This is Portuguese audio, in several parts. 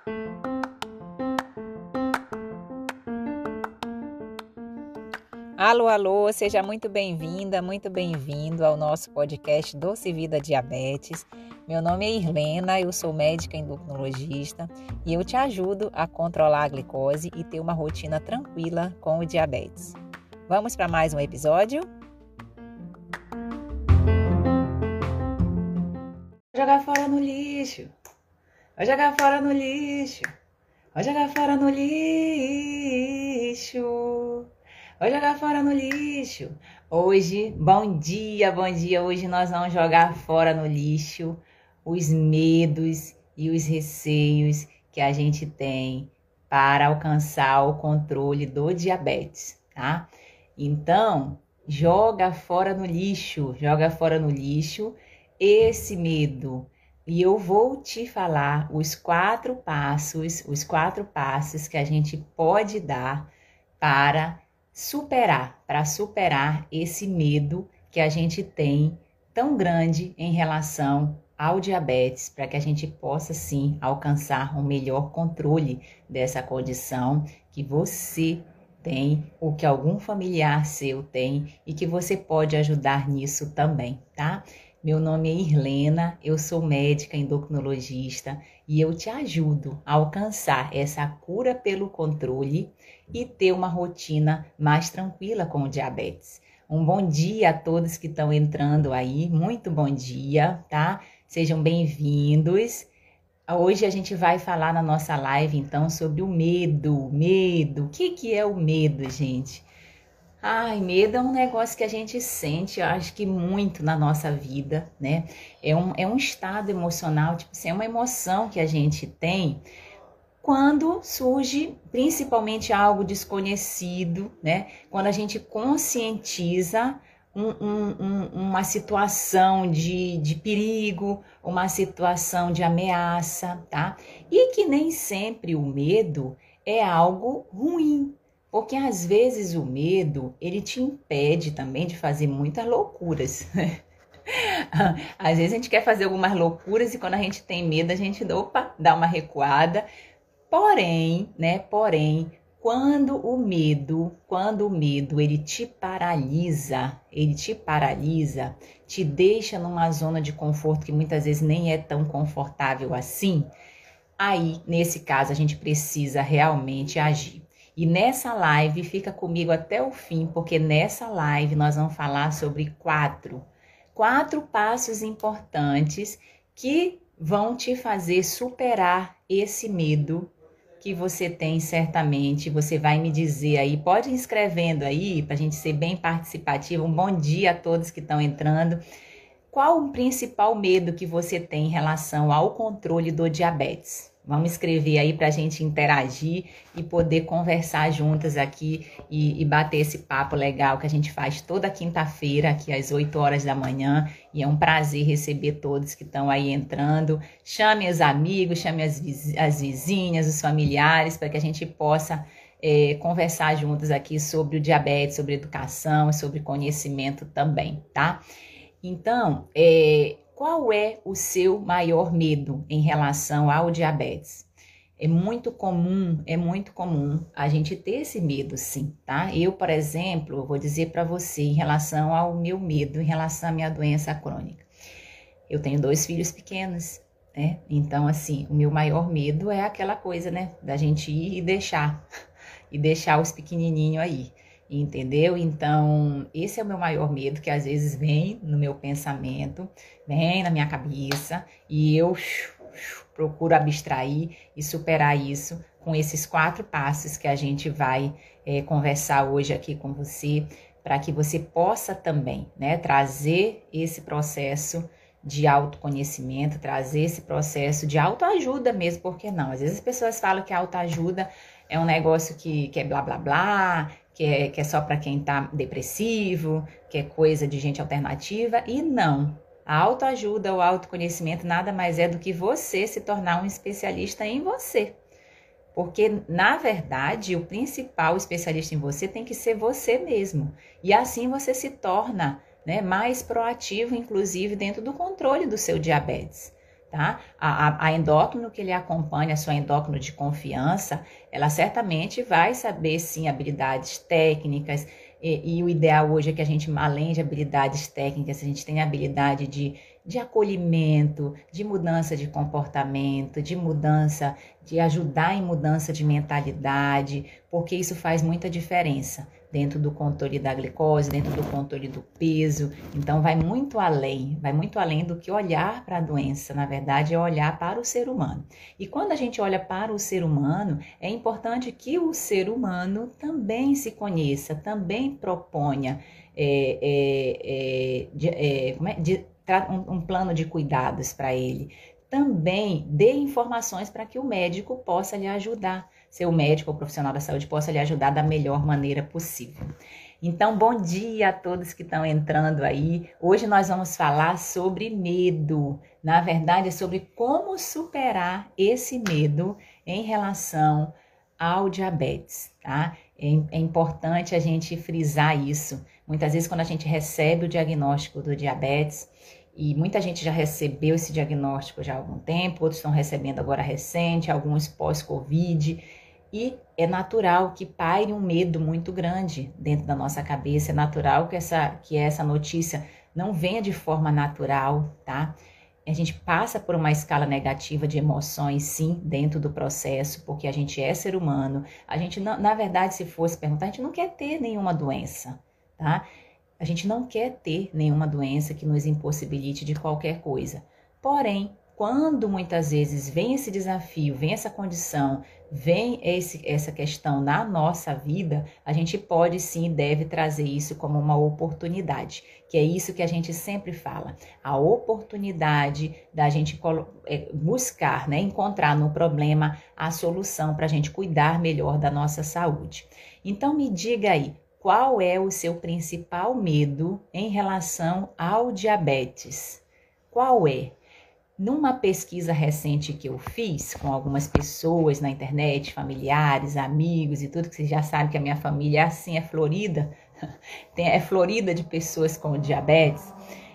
Alô, alô, seja muito bem-vinda, muito bem-vindo ao nosso podcast Doce Vida Diabetes. Meu nome é Irlena, eu sou médica endocrinologista e eu te ajudo a controlar a glicose e ter uma rotina tranquila com o diabetes. Vamos para mais um episódio? Vou jogar fora no lixo, vou jogar fora no lixo, vou jogar fora no lixo. Vou jogar fora no lixo. Hoje, bom dia. Hoje nós vamos jogar fora no lixo os medos e os receios que a gente tem para alcançar o controle do diabetes, tá? Então, joga fora no lixo esse medo. E eu vou te falar os quatro passos que a gente pode dar para superar esse medo que a gente tem tão grande em relação ao diabetes, para que a gente possa sim alcançar um melhor controle dessa condição que você tem ou que algum familiar seu tem e que você pode ajudar nisso também, tá? Meu nome é Irlena, eu sou médica endocrinologista e eu te ajudo a alcançar essa cura pelo controle e ter uma rotina mais tranquila com o diabetes. Um bom dia a todos que estão entrando aí, muito bom dia, tá? Sejam bem-vindos. Hoje a gente vai falar na nossa live, então, sobre o medo. O que é o medo, gente? Ai, medo é um negócio que a gente sente, eu acho que muito na nossa vida, né? É um estado emocional, tipo assim, é uma emoção que a gente tem quando surge principalmente algo desconhecido, né? Quando a gente conscientiza uma situação de perigo, uma situação de ameaça, tá? E que nem sempre o medo é algo ruim. Porque às vezes o medo, ele te impede também de fazer muitas loucuras. Às vezes a gente quer fazer algumas loucuras e quando a gente tem medo, a gente dá uma recuada. Porém, quando o medo ele te paralisa, te deixa numa zona de conforto que muitas vezes nem é tão confortável assim, aí, nesse caso, a gente precisa realmente agir. E nessa live, fica comigo até o fim, porque nessa live nós vamos falar sobre quatro passos importantes que vão te fazer superar esse medo que você tem certamente. Você vai me dizer aí, pode ir escrevendo aí, para a gente ser bem participativo. Um bom dia a todos que estão entrando. Qual o principal medo que você tem em relação ao controle do diabetes? Vamos escrever aí para a gente interagir e poder conversar juntas aqui e bater esse papo legal que a gente faz toda quinta-feira, aqui às 8 horas da manhã. E é um prazer receber todos que estão aí entrando. Chame os amigos, chame as vizinhas, os familiares, para que a gente possa conversar juntos aqui sobre o diabetes, sobre educação, sobre conhecimento também, tá? Então, qual é o seu maior medo em relação ao diabetes? É muito comum a gente ter esse medo, sim, tá? Eu, por exemplo, vou dizer para você em relação ao meu medo, em relação à minha doença crônica. Eu tenho 2 filhos pequenos, né? Então, assim, o meu maior medo é aquela coisa, né? Da gente ir e deixar os pequenininhos aí. Entendeu? Então, esse é o meu maior medo, que às vezes vem no meu pensamento, vem na minha cabeça, e eu procuro abstrair e superar isso com esses 4 passos que a gente vai conversar hoje aqui com você, para que você possa também, né, trazer esse processo de autoconhecimento, trazer esse processo de autoajuda mesmo, porque não? Às vezes as pessoas falam que a autoajuda é um negócio que é blá blá blá, que é só para quem tá depressivo, que é coisa de gente alternativa, e não. A autoajuda, o autoconhecimento nada mais é do que você se tornar um especialista em você. Porque, na verdade, o principal especialista em você tem que ser você mesmo. E assim você se torna, né, mais proativo, inclusive, dentro do controle do seu diabetes. tá? A endócrino que ele acompanha, a sua endócrino de confiança, ela certamente vai saber, sim, habilidades técnicas, e o ideal hoje é que a gente, além de habilidades técnicas, a gente tenha habilidade de acolhimento, de mudança de comportamento, de mudança, de ajudar em mudança de mentalidade, porque isso faz muita diferença dentro do controle da glicose, dentro do controle do peso. Então vai muito além do que olhar para a doença, na verdade é olhar para o ser humano. E quando a gente olha para o ser humano, é importante que o ser humano também se conheça, também proponha um plano de cuidados para ele. Também dê informações para que o médico possa lhe ajudar, seu médico ou profissional da saúde possa lhe ajudar da melhor maneira possível. Então, bom dia a todos que estão entrando aí. Hoje nós vamos falar sobre medo. Na verdade, é sobre como superar esse medo em relação ao diabetes, tá? É importante a gente frisar isso. Muitas vezes, quando a gente recebe o diagnóstico do diabetes, e muita gente já recebeu esse diagnóstico já há algum tempo, outros estão recebendo agora recente, alguns pós-Covid, e é natural que paire um medo muito grande dentro da nossa cabeça, é natural que essa notícia não venha de forma natural, tá? A gente passa por uma escala negativa de emoções, sim, dentro do processo, porque a gente é ser humano. A gente, na verdade, se fosse perguntar, a gente não quer ter nenhuma doença, tá? A gente não quer ter nenhuma doença que nos impossibilite de qualquer coisa. Porém, quando muitas vezes vem esse desafio, vem essa condição, vem essa questão na nossa vida, a gente pode sim e deve trazer isso como uma oportunidade, que é isso que a gente sempre fala, a oportunidade da gente buscar, né, encontrar no problema a solução para a gente cuidar melhor da nossa saúde. Então me diga aí, qual é o seu principal medo em relação ao diabetes? Qual é? Numa pesquisa recente que eu fiz com algumas pessoas na internet, familiares, amigos e tudo, que vocês já sabem que a minha família é assim, é florida, é florida de pessoas com diabetes,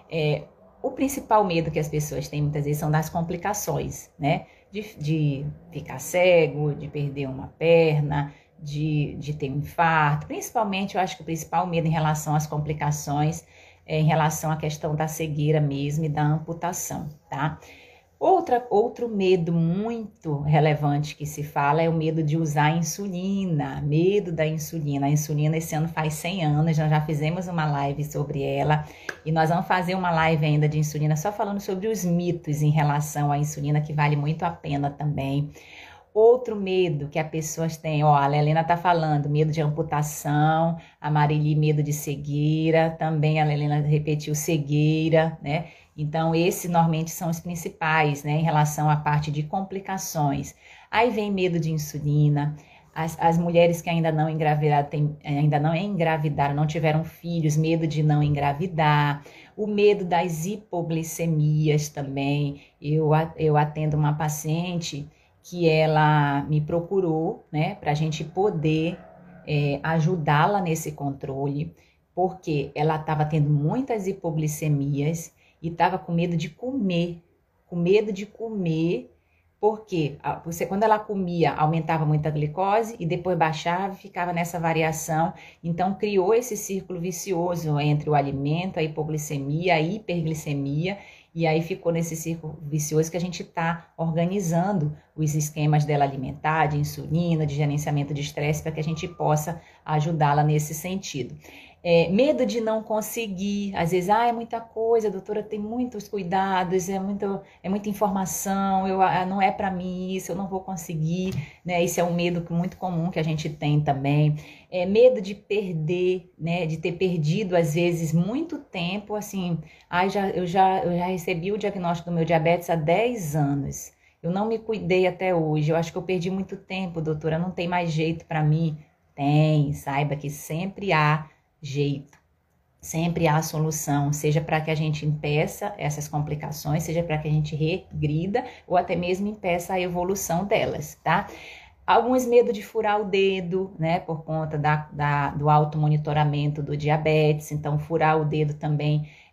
o principal medo que as pessoas têm muitas vezes são das complicações, né? De ficar cego, de perder uma perna, de ter um infarto. Principalmente, eu acho que o principal medo em relação às complicações é em relação à questão da cegueira mesmo e da amputação, tá? Outro medo muito relevante que se fala é o medo de usar a insulina, medo da insulina. A insulina esse ano faz 100 anos, nós já fizemos uma live sobre ela e nós vamos fazer uma live ainda de insulina só falando sobre os mitos em relação à insulina, que vale muito a pena também. Outro medo que as pessoas têm, a Lelena tá falando, medo de amputação, a Marili, medo de cegueira, também a Lelena repetiu cegueira, né? Então, esses normalmente são os principais, né, em relação à parte de complicações. Aí vem medo de insulina, as mulheres que ainda não engravidaram, não tiveram filhos, medo de não engravidar, o medo das hipoglicemias também. Eu atendo uma paciente que ela me procurou, né, para a gente poder ajudá-la nesse controle, porque ela estava tendo muitas hipoglicemias e estava com medo de comer, porque quando ela comia, aumentava muito a glicose e depois baixava e ficava nessa variação. Então, criou esse círculo vicioso entre o alimento, a hipoglicemia, a hiperglicemia, e aí ficou nesse círculo vicioso que a gente está organizando os esquemas dela alimentar, de insulina, de gerenciamento de estresse, para que a gente possa ajudá-la nesse sentido. Medo de não conseguir, às vezes, é muita coisa, doutora, tem muitos cuidados, é muita informação, não é para mim isso, eu não vou conseguir, né? Esse é um medo muito comum que a gente tem também. Medo de perder, né? De ter perdido, às vezes, muito tempo, assim, eu já recebi o diagnóstico do meu diabetes há 10 anos, eu não me cuidei até hoje, eu acho que eu perdi muito tempo, doutora, não tem mais jeito para mim. Tem, saiba que sempre há jeito, sempre há solução, seja para que a gente impeça essas complicações, seja para que a gente regrida ou até mesmo impeça a evolução delas, tá? Alguns medo de furar o dedo, né, por conta do automonitoramento do diabetes, então furar o dedo também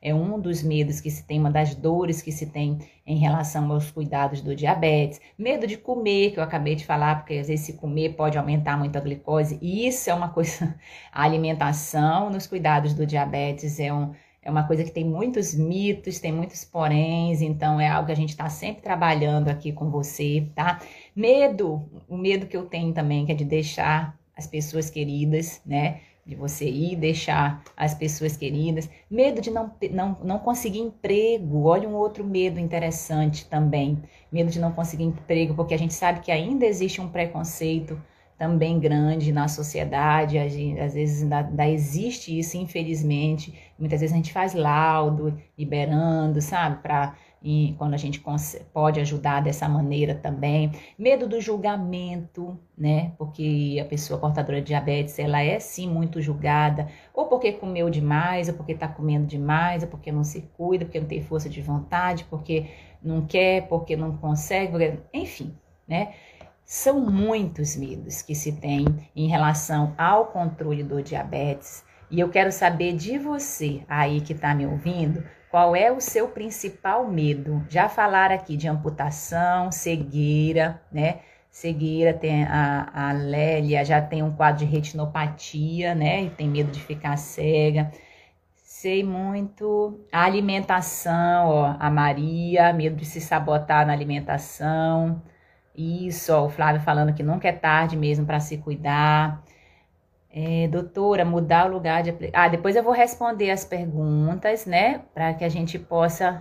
é um dos medos que se tem, uma das dores que se tem em relação aos cuidados do diabetes. Medo de comer, que eu acabei de falar, porque às vezes se comer pode aumentar muito a glicose, e isso é uma coisa, a alimentação nos cuidados do diabetes é uma coisa que tem muitos mitos, tem muitos poréns, então é algo que a gente está sempre trabalhando aqui com você, tá? Medo, o medo que eu tenho também, que é de deixar as pessoas queridas, né? De você ir deixar as pessoas queridas. Medo de não conseguir emprego. Olha um outro medo interessante também. Medo de não conseguir emprego, porque a gente sabe que ainda existe um preconceito também grande na sociedade. Às vezes ainda existe isso, infelizmente. Muitas vezes a gente faz laudo, liberando, sabe? Quando a gente pode ajudar dessa maneira também. Medo do julgamento, né? Porque a pessoa portadora de diabetes, ela é sim muito julgada, ou porque comeu demais, ou porque está comendo demais, ou porque não se cuida, porque não tem força de vontade, porque não quer, porque não consegue, enfim, né? São muitos medos que se tem em relação ao controle do diabetes. E eu quero saber de você aí que está me ouvindo, qual é o seu principal medo? Já falaram aqui de amputação, cegueira, né? Cegueira, tem a Lélia já tem um quadro de retinopatia, né? E tem medo de ficar cega. Sei muito. A alimentação, ó, a Maria, medo de se sabotar na alimentação. Isso, ó, o Flávio falando que nunca é tarde mesmo para se cuidar. Doutora, mudar o lugar de... depois eu vou responder as perguntas, né? Para que a gente possa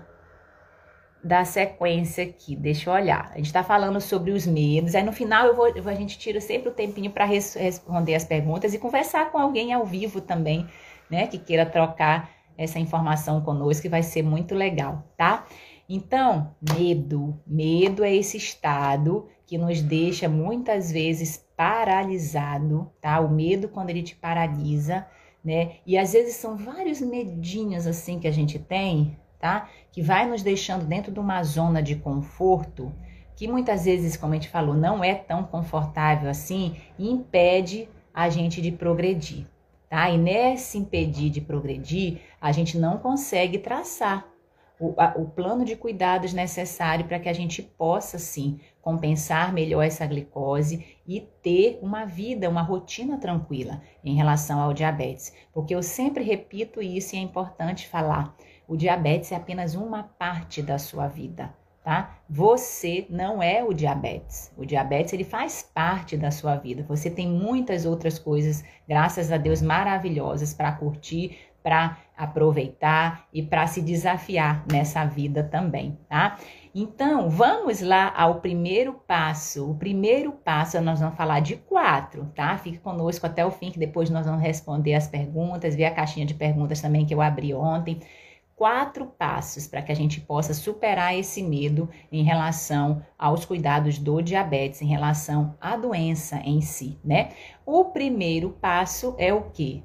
dar sequência aqui. Deixa eu olhar. A gente está falando sobre os medos. Aí no final a gente tira sempre o tempinho para responder as perguntas e conversar com alguém ao vivo também, né? Que queira trocar essa informação conosco, que vai ser muito legal, tá? Então, medo. Medo é esse estado que nos deixa muitas vezes paralisado, tá? O medo quando ele te paralisa, né? E às vezes são vários medinhos assim que a gente tem, tá? Que vai nos deixando dentro de uma zona de conforto, que muitas vezes, como a gente falou, não é tão confortável assim e impede a gente de progredir, tá? E nesse impedir de progredir, a gente não consegue traçar o plano de cuidados necessário para que a gente possa, sim, compensar melhor essa glicose e ter uma vida, uma rotina tranquila em relação ao diabetes. Porque eu sempre repito isso e é importante falar, o diabetes é apenas uma parte da sua vida, tá? Você não é o diabetes. O diabetes, ele faz parte da sua vida. Você tem muitas outras coisas, graças a Deus, maravilhosas para curtir, para aproveitar e para se desafiar nessa vida também, tá? Então, vamos lá ao primeiro passo. O primeiro passo, nós vamos falar de 4, tá? Fique conosco até o fim, que depois nós vamos responder as perguntas, ver a caixinha de perguntas também que eu abri ontem. 4 passos para que a gente possa superar esse medo em relação aos cuidados do diabetes, em relação à doença em si, né? O primeiro passo é o quê?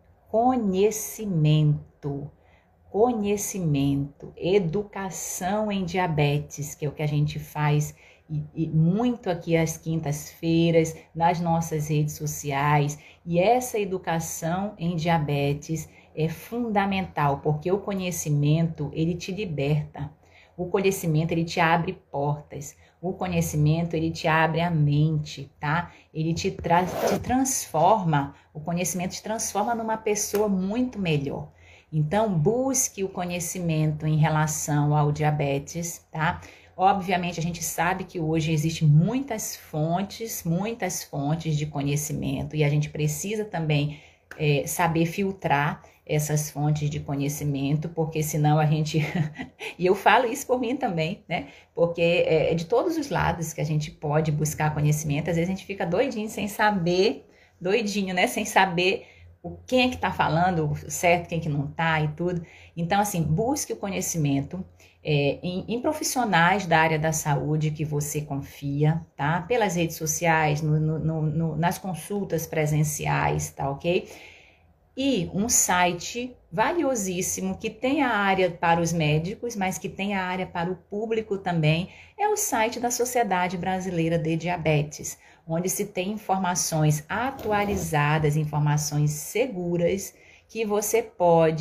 Conhecimento, educação em diabetes, que é o que a gente faz e muito aqui às quintas-feiras, nas nossas redes sociais. E essa educação em diabetes é fundamental, porque o conhecimento, ele te liberta. O conhecimento, ele te abre portas. O conhecimento, ele te abre a mente, tá? Ele te transforma, o conhecimento te transforma numa pessoa muito melhor. Então, busque o conhecimento em relação ao diabetes, tá? Obviamente, a gente sabe que hoje existem muitas fontes de conhecimento e a gente precisa também saber filtrar essas fontes de conhecimento, porque senão a gente... E eu falo isso por mim também, né? Porque é de todos os lados que a gente pode buscar conhecimento. Às vezes a gente fica doidinho, né? Sem saber quem é que tá falando certo, quem que não tá e tudo. Então, assim, busque o conhecimento em profissionais da área da saúde que você confia, tá? Pelas redes sociais, nas consultas presenciais, tá ok? E um site valiosíssimo que tem a área para os médicos, mas que tem a área para o público também, é o site da Sociedade Brasileira de Diabetes, onde se tem informações atualizadas, informações seguras que você pode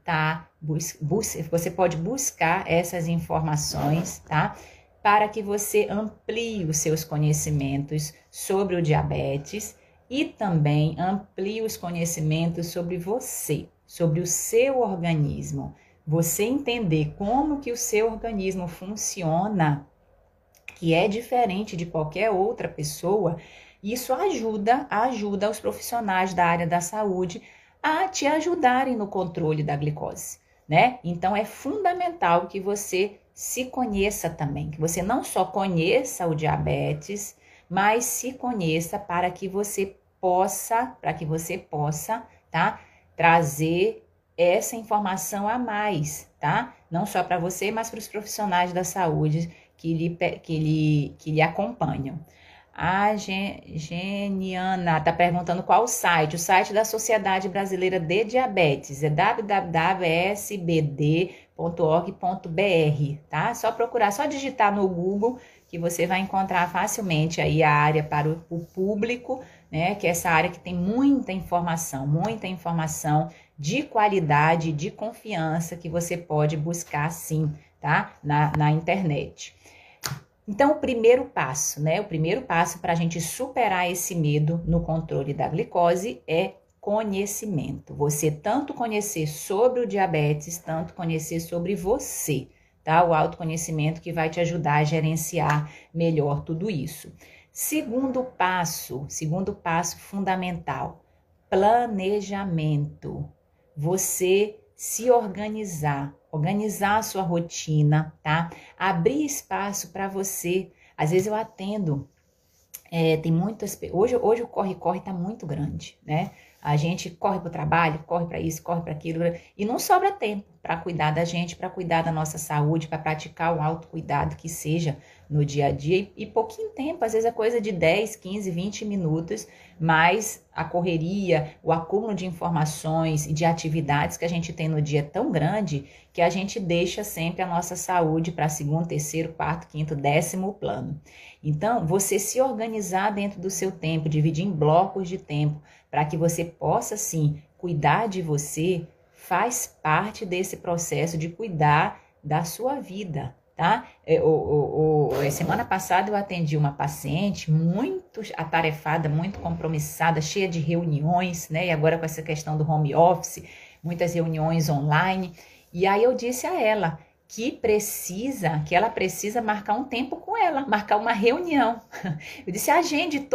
tá? Você pode buscar essas informações, tá? Para que você amplie os seus conhecimentos sobre o diabetes e também amplie os conhecimentos sobre você, sobre o seu organismo. Você entender como que o seu organismo funciona, que é diferente de qualquer outra pessoa, isso ajuda os profissionais da área da saúde a te ajudarem no controle da glicose, né? Então é fundamental que você se conheça também, que você não só conheça o diabetes, mas se conheça para que você possa, tá? Trazer essa informação a mais, tá? Não só para você, mas para os profissionais da saúde que lhe acompanham. A Geniana está perguntando qual o site. O site da Sociedade Brasileira de Diabetes é www.sbd.org.br, tá? Só procurar, só digitar no Google que você vai encontrar facilmente aí a área para o público, né? Que é essa área que tem muita informação de qualidade, de confiança que você pode buscar sim, tá? Na internet. Então, o primeiro passo, né? O primeiro passo para a gente superar esse medo no controle da glicose é conhecimento. Você tanto conhecer sobre o diabetes, tanto conhecer sobre você, tá? O autoconhecimento que vai te ajudar a gerenciar melhor tudo isso. Segundo passo fundamental, planejamento. Você se organizar a sua rotina, tá? Abrir espaço para você. Às vezes eu atendo, tem muitas... Hoje o corre-corre tá muito grande, né? A gente corre para o trabalho, corre para isso, corre para aquilo, e não sobra tempo para cuidar da gente, para cuidar da nossa saúde, para praticar o autocuidado que seja no dia a dia, e pouquinho tempo, às vezes é coisa de 10, 15, 20 minutos, mas a correria, o acúmulo de informações e de atividades que a gente tem no dia é tão grande que a gente deixa sempre a nossa saúde para segundo, terceiro, quarto, quinto, 10º plano. Então, você se organizar dentro do seu tempo, dividir em blocos de tempo, para que você possa, sim, cuidar de você, faz parte desse processo de cuidar da sua vida, tá? Semana passada eu atendi uma paciente muito atarefada, muito compromissada, cheia de reuniões, né? E agora com essa questão do home office, muitas reuniões online. E aí eu disse a ela que ela precisa marcar um tempo com ela, marcar uma reunião. Eu disse, agende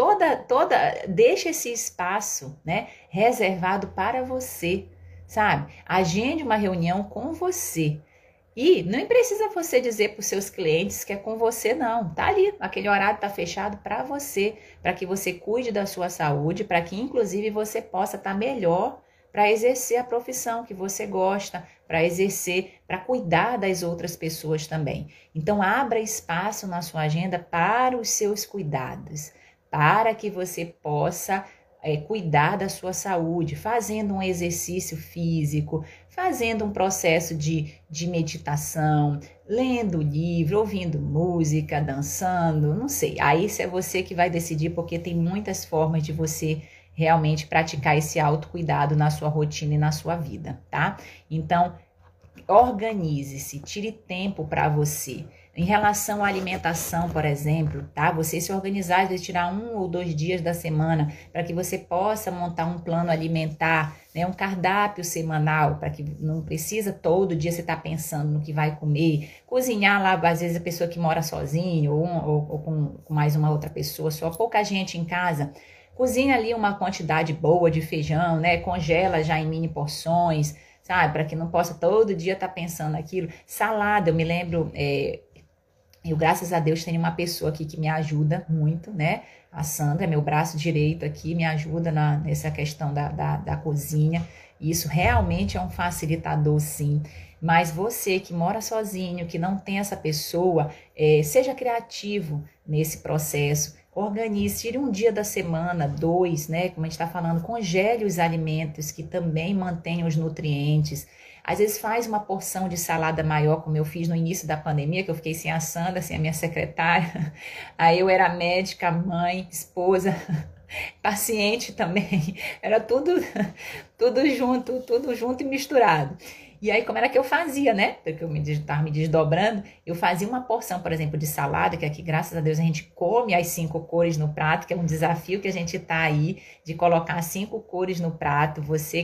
deixa esse espaço, né, reservado para você, sabe? Agende uma reunião com você. E não precisa você dizer para os seus clientes que é com você, não. Tá ali, aquele horário tá fechado para você, para que você cuide da sua saúde, para que inclusive você possa estar melhor para exercer a profissão que você gosta, para cuidar das outras pessoas também. Então, abra espaço na sua agenda para os seus cuidados, para que você possa cuidar da sua saúde, fazendo um exercício físico, fazendo um processo de meditação, lendo livro, ouvindo música, dançando, não sei. Aí isso é você que vai decidir, porque tem muitas formas de você realmente praticar esse autocuidado na sua rotina e na sua vida, tá? Então, organize-se, tire tempo para você. Em relação à alimentação, por exemplo, tá? Você se organizar, às vezes tirar 1 ou 2 dias da semana para que você possa montar um plano alimentar, né? Um cardápio semanal, para que não precisa todo dia você estar pensando no que vai comer. Cozinhar lá, às vezes a pessoa que mora sozinho ou com mais uma outra pessoa, só pouca gente em casa. Cozinha ali uma quantidade boa de feijão, né? Congela já em mini porções, sabe? Para que não possa todo dia estar pensando naquilo. Salada, eu me lembro, eu graças a Deus tenho uma pessoa aqui que me ajuda muito, né? A Sandra, meu braço direito aqui, me ajuda nessa questão da cozinha. E isso realmente é um facilitador, sim. Mas você que mora sozinho, que não tem essa pessoa, seja criativo nesse processo. Organize, tire um dia da semana, 2, né? Como a gente está falando, congele os alimentos que também mantêm os nutrientes. Às vezes faz uma porção de salada maior, como eu fiz no início da pandemia, que eu fiquei sem a Sandra, sem a minha secretária. Aí eu era médica, mãe, esposa, paciente também. Era tudo junto e misturado. E aí, como era que eu fazia, né? Porque eu estava me desdobrando, eu fazia uma porção, por exemplo, de salada, que aqui, graças a Deus, a gente come as 5 cores no prato, que é um desafio que a gente tá aí, de colocar 5 cores no prato. Você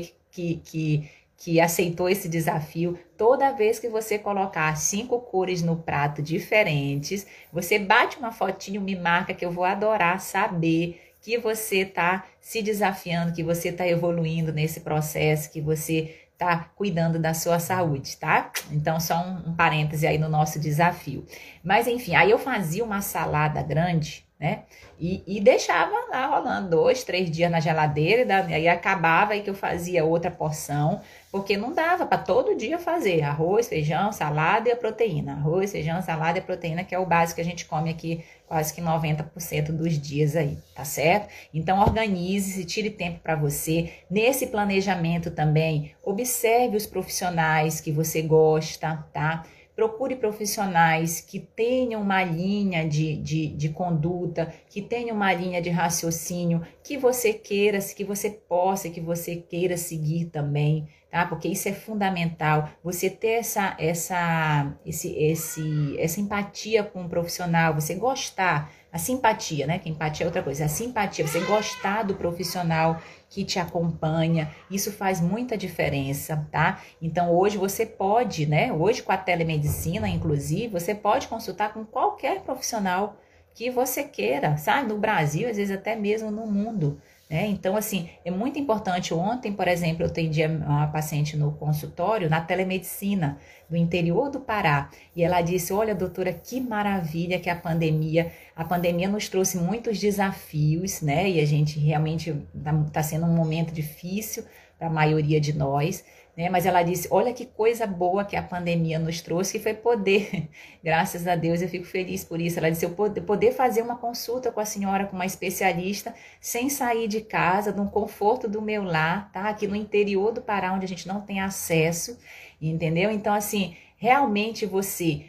que aceitou esse desafio, toda vez que você colocar 5 cores no prato diferentes, você bate uma fotinho, me marca, que eu vou adorar saber que você está se desafiando, que você está evoluindo nesse processo, que você tá cuidando da sua saúde, tá? Então, só um parêntese aí no nosso desafio. Mas, enfim, aí eu fazia uma salada grande, né? E deixava lá rolando 2, 3 dias na geladeira, e aí acabava aí que eu fazia outra porção, porque não dava para todo dia fazer arroz, feijão, salada e a proteína. Arroz, feijão, salada e a proteína, que é o básico que a gente come aqui quase que 90% dos dias aí, tá certo? Então, organize-se, tire tempo para você. Nesse planejamento também, observe os profissionais que você gosta, tá? Procure profissionais que tenham uma linha de conduta, que tenham uma linha de raciocínio, que você queira, que você possa, que você queira seguir também, tá? Porque isso é fundamental, você ter essa empatia com o profissional, você gostar, a simpatia, né? Que empatia é outra coisa, a simpatia, você gostar do profissional que te acompanha, isso faz muita diferença, tá? Então, hoje você pode, né? Hoje com a telemedicina, inclusive, você pode consultar com qualquer profissional que você queira, sabe? No Brasil, às vezes até mesmo no mundo, né? Então, assim, é muito importante. Ontem, por exemplo, eu atendi uma paciente no consultório, na telemedicina, do interior do Pará, e ela disse, olha, doutora, que maravilha que a pandemia nos trouxe muitos desafios, né? E a gente realmente tá sendo um momento difícil para a maioria de nós, né? Mas ela disse, olha que coisa boa que a pandemia nos trouxe, que foi poder, graças a Deus, eu fico feliz por isso. Ela disse, eu poder fazer uma consulta com a senhora, com uma especialista, sem sair de casa, no conforto do meu lar, tá? Aqui no interior do Pará, onde a gente não tem acesso, entendeu? Então, assim, realmente você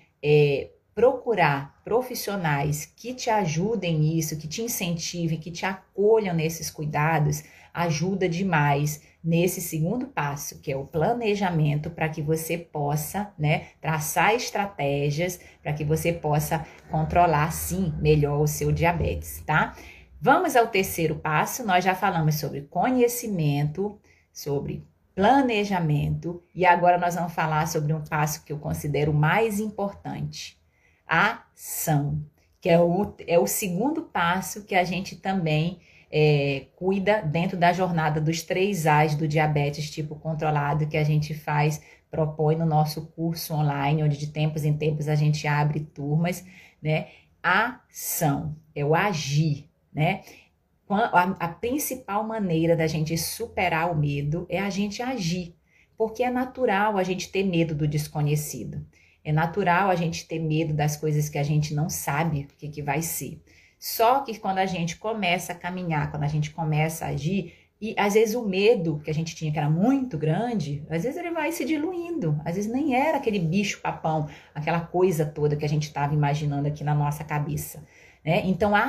procurar profissionais que te ajudem nisso, que te incentivem, que te acolham nesses cuidados, ajuda demais nesse segundo passo, que é o planejamento, para que você possa, né, traçar estratégias, para que você possa controlar, sim, melhor o seu diabetes, tá? Vamos ao terceiro passo. Nós já falamos sobre conhecimento, sobre planejamento, e agora nós vamos falar sobre um passo que eu considero mais importante, a ação, que é o segundo passo que a gente também cuida dentro da jornada dos 3 A's do diabetes tipo controlado, que a gente propõe no nosso curso online, onde de tempos em tempos a gente abre turmas, né? A ação, é o agir, né? A principal maneira da gente superar o medo é a gente agir, porque é natural a gente ter medo do desconhecido. É natural a gente ter medo das coisas que a gente não sabe o que vai ser. Só que quando a gente começa a caminhar, quando a gente começa a agir, e às vezes o medo que a gente tinha, que era muito grande, às vezes ele vai se diluindo. Às vezes nem era aquele bicho papão, aquela coisa toda que a gente estava imaginando aqui na nossa cabeça, né? Então a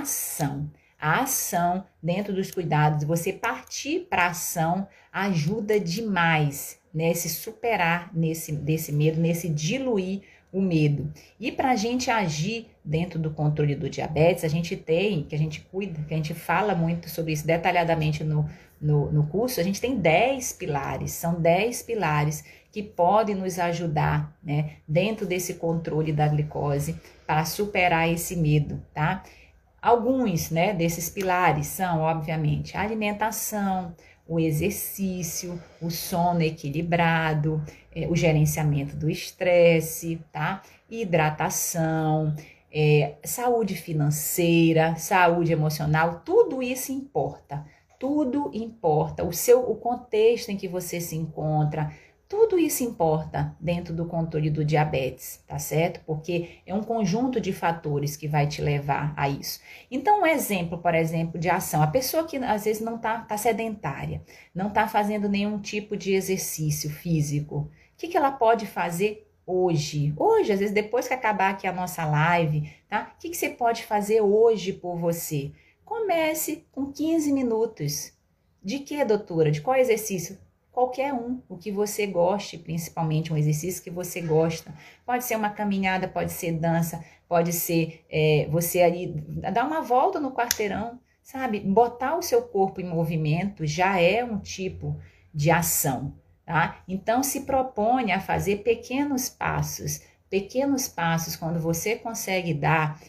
ação dentro dos cuidados, você partir para a ação ajuda demais nesse superar desse medo, nesse diluir o medo. E para a gente agir dentro do controle do diabetes, a gente tem, que a gente cuida, que a gente fala muito sobre isso detalhadamente no curso, a gente tem 10 pilares, são 10 pilares que podem nos ajudar, né, dentro desse controle da glicose para superar esse medo, tá? Alguns, né, desses pilares são, obviamente, a alimentação, o exercício, o sono equilibrado, o gerenciamento do estresse, tá? Hidratação, saúde financeira, saúde emocional, tudo isso importa. Tudo importa. O contexto em que você se encontra, tudo isso importa dentro do controle do diabetes, tá certo? Porque é um conjunto de fatores que vai te levar a isso. Então, um exemplo, por exemplo, de ação. A pessoa que às vezes não tá sedentária, não tá fazendo nenhum tipo de exercício físico, o que ela pode fazer hoje? Hoje, às vezes, depois que acabar aqui a nossa live, tá? O que você pode fazer hoje por você? Comece com 15 minutos. De que, doutora? De qual exercício? qualquer um, o que você goste, principalmente um exercício que você gosta. Pode ser uma caminhada, pode ser dança, pode ser você ali dar uma volta no quarteirão, sabe? Botar o seu corpo em movimento já é um tipo de ação, tá? Então se propõe a fazer pequenos passos quando você consegue dar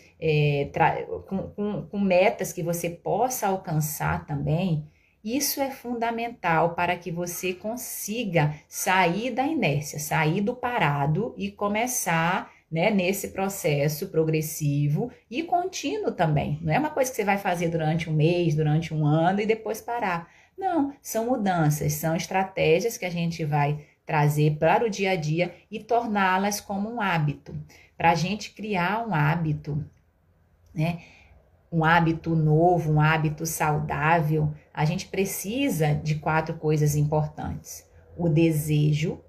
com metas que você possa alcançar também. Isso é fundamental para que você consiga sair da inércia, sair do parado e começar, né, nesse processo progressivo e contínuo também. Não é uma coisa que você vai fazer durante um mês, durante um ano e depois parar. Não, são mudanças, são estratégias que a gente vai trazer para o dia a dia e torná-las como um hábito. Para a gente criar um hábito, né? Um hábito novo, um hábito saudável, a gente precisa de 4 coisas importantes: o desejo,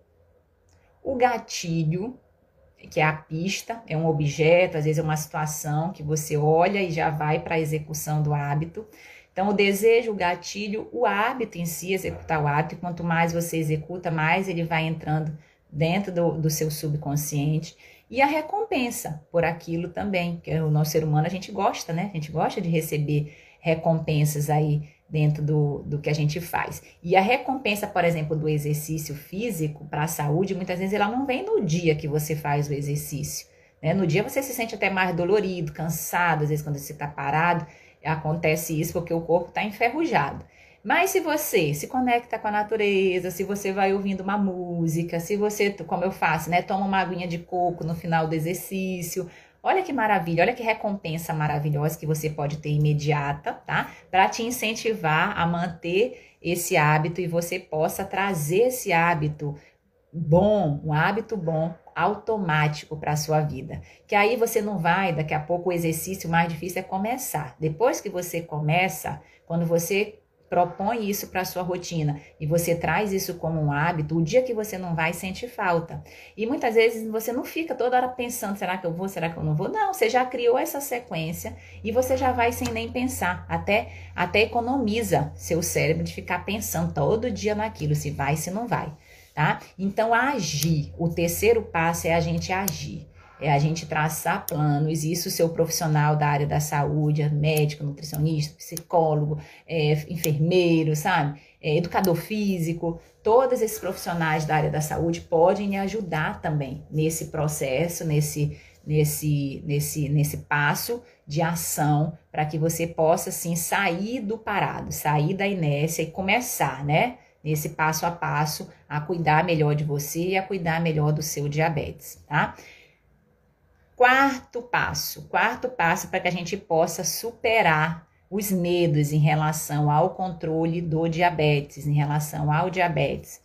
o gatilho, que é a pista, é um objeto, às vezes é uma situação que você olha e já vai para a execução do hábito. Então, o desejo, o gatilho, o hábito em si, executar o hábito, e quanto mais você executa, mais ele vai entrando dentro do seu subconsciente. E a recompensa por aquilo também, que o nosso ser humano, a gente gosta, né? A gente gosta de receber recompensas aí dentro do que a gente faz. E a recompensa, por exemplo, do exercício físico para a saúde, muitas vezes ela não vem no dia que você faz o exercício, né? No dia você se sente até mais dolorido, cansado, às vezes quando você está parado, acontece isso porque o corpo está enferrujado. Mas se você se conecta com a natureza, se você vai ouvindo uma música, se você, como eu faço, né, toma uma aguinha de coco no final do exercício, olha que maravilha, olha que recompensa maravilhosa que você pode ter imediata, tá? Para te incentivar a manter esse hábito e você possa trazer esse hábito bom, um hábito bom, automático para a sua vida. Que aí você não vai, daqui a pouco o exercício mais difícil é começar. Depois que você começa, quando você propõe isso para a sua rotina e você traz isso como um hábito, o dia que você não vai, sente falta. E muitas vezes você não fica toda hora pensando, será que eu vou, será que eu não vou? Não, você já criou essa sequência e você já vai sem nem pensar. Até economiza seu cérebro de ficar pensando todo dia naquilo, se vai, se não vai. Tá? Então, agir. O terceiro passo é a gente agir. É a gente traçar planos, isso o seu profissional da área da saúde, médico, nutricionista, psicólogo, enfermeiro, sabe? Educador físico, todos esses profissionais da área da saúde podem lhe ajudar também nesse processo, nesse passo de ação, para que você possa, assim, sair do parado, sair da inércia e começar, né? Nesse passo a passo, a cuidar melhor de você e a cuidar melhor do seu diabetes, tá? Quarto passo para que a gente possa superar os medos em relação ao controle do diabetes, em relação ao diabetes.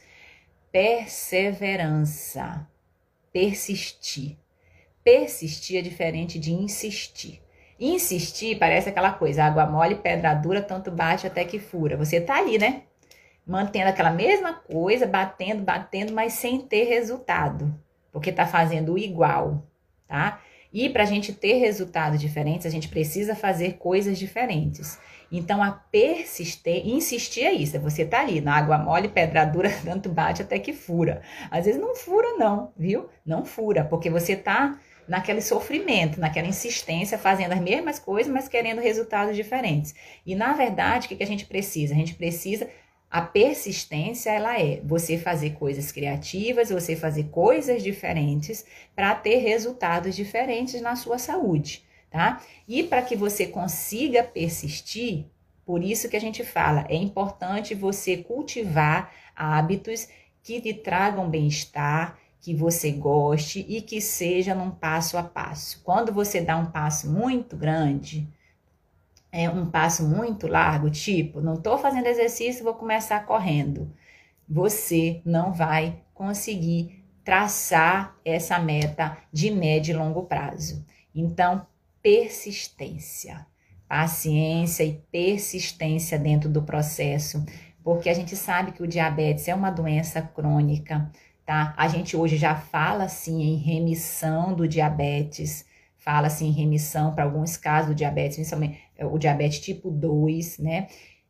Perseverança, persistir. Persistir é diferente de insistir. Insistir parece aquela coisa, água mole, pedra dura, tanto bate até que fura. Você tá ali, né? Mantendo aquela mesma coisa, batendo, mas sem ter resultado, porque tá fazendo o igual, tá? E para a gente ter resultados diferentes, a gente precisa fazer coisas diferentes. Então, insistir é isso, é você tá ali, na água mole, pedra dura, tanto bate até que fura. Às vezes não fura não, viu? Não fura, porque você tá naquele sofrimento, naquela insistência, fazendo as mesmas coisas, mas querendo resultados diferentes. E, na verdade, o que a gente precisa? A gente precisa... A persistência, ela é você fazer coisas criativas, você fazer coisas diferentes para ter resultados diferentes na sua saúde, tá? E para que você consiga persistir, por isso que a gente fala, é importante você cultivar hábitos que te tragam bem-estar, que você goste e que seja num passo a passo. Quando você dá um passo muito grande... um passo muito largo, tipo, não estou fazendo exercício, vou começar correndo. Você não vai conseguir traçar essa meta de médio e longo prazo. Então, persistência, paciência e persistência dentro do processo, porque a gente sabe que o diabetes é uma doença crônica, tá? A gente hoje já fala, assim, em remissão do diabetes, fala-se em remissão para alguns casos do diabetes, principalmente o diabetes tipo 2, né?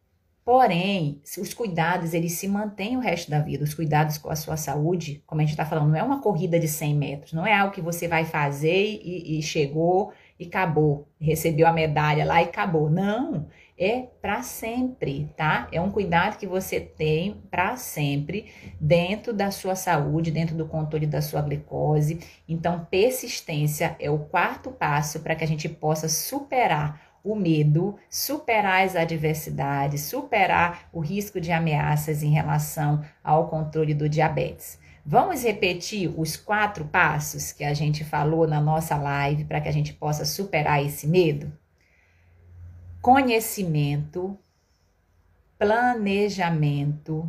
Porém, os cuidados, eles se mantêm o resto da vida. Os cuidados com a sua saúde, como a gente está falando, não é uma corrida de 100 metros. Não é algo que você vai fazer e chegou e acabou. Recebeu a medalha lá e acabou. Não, é para sempre, tá? É um cuidado que você tem para sempre dentro da sua saúde, dentro do controle da sua glicose. Então, persistência é o quarto passo para que a gente possa superar o medo, superar as adversidades, superar o risco de ameaças em relação ao controle do diabetes. Vamos repetir os 4 passos que a gente falou na nossa live para que a gente possa superar esse medo? Conhecimento, planejamento,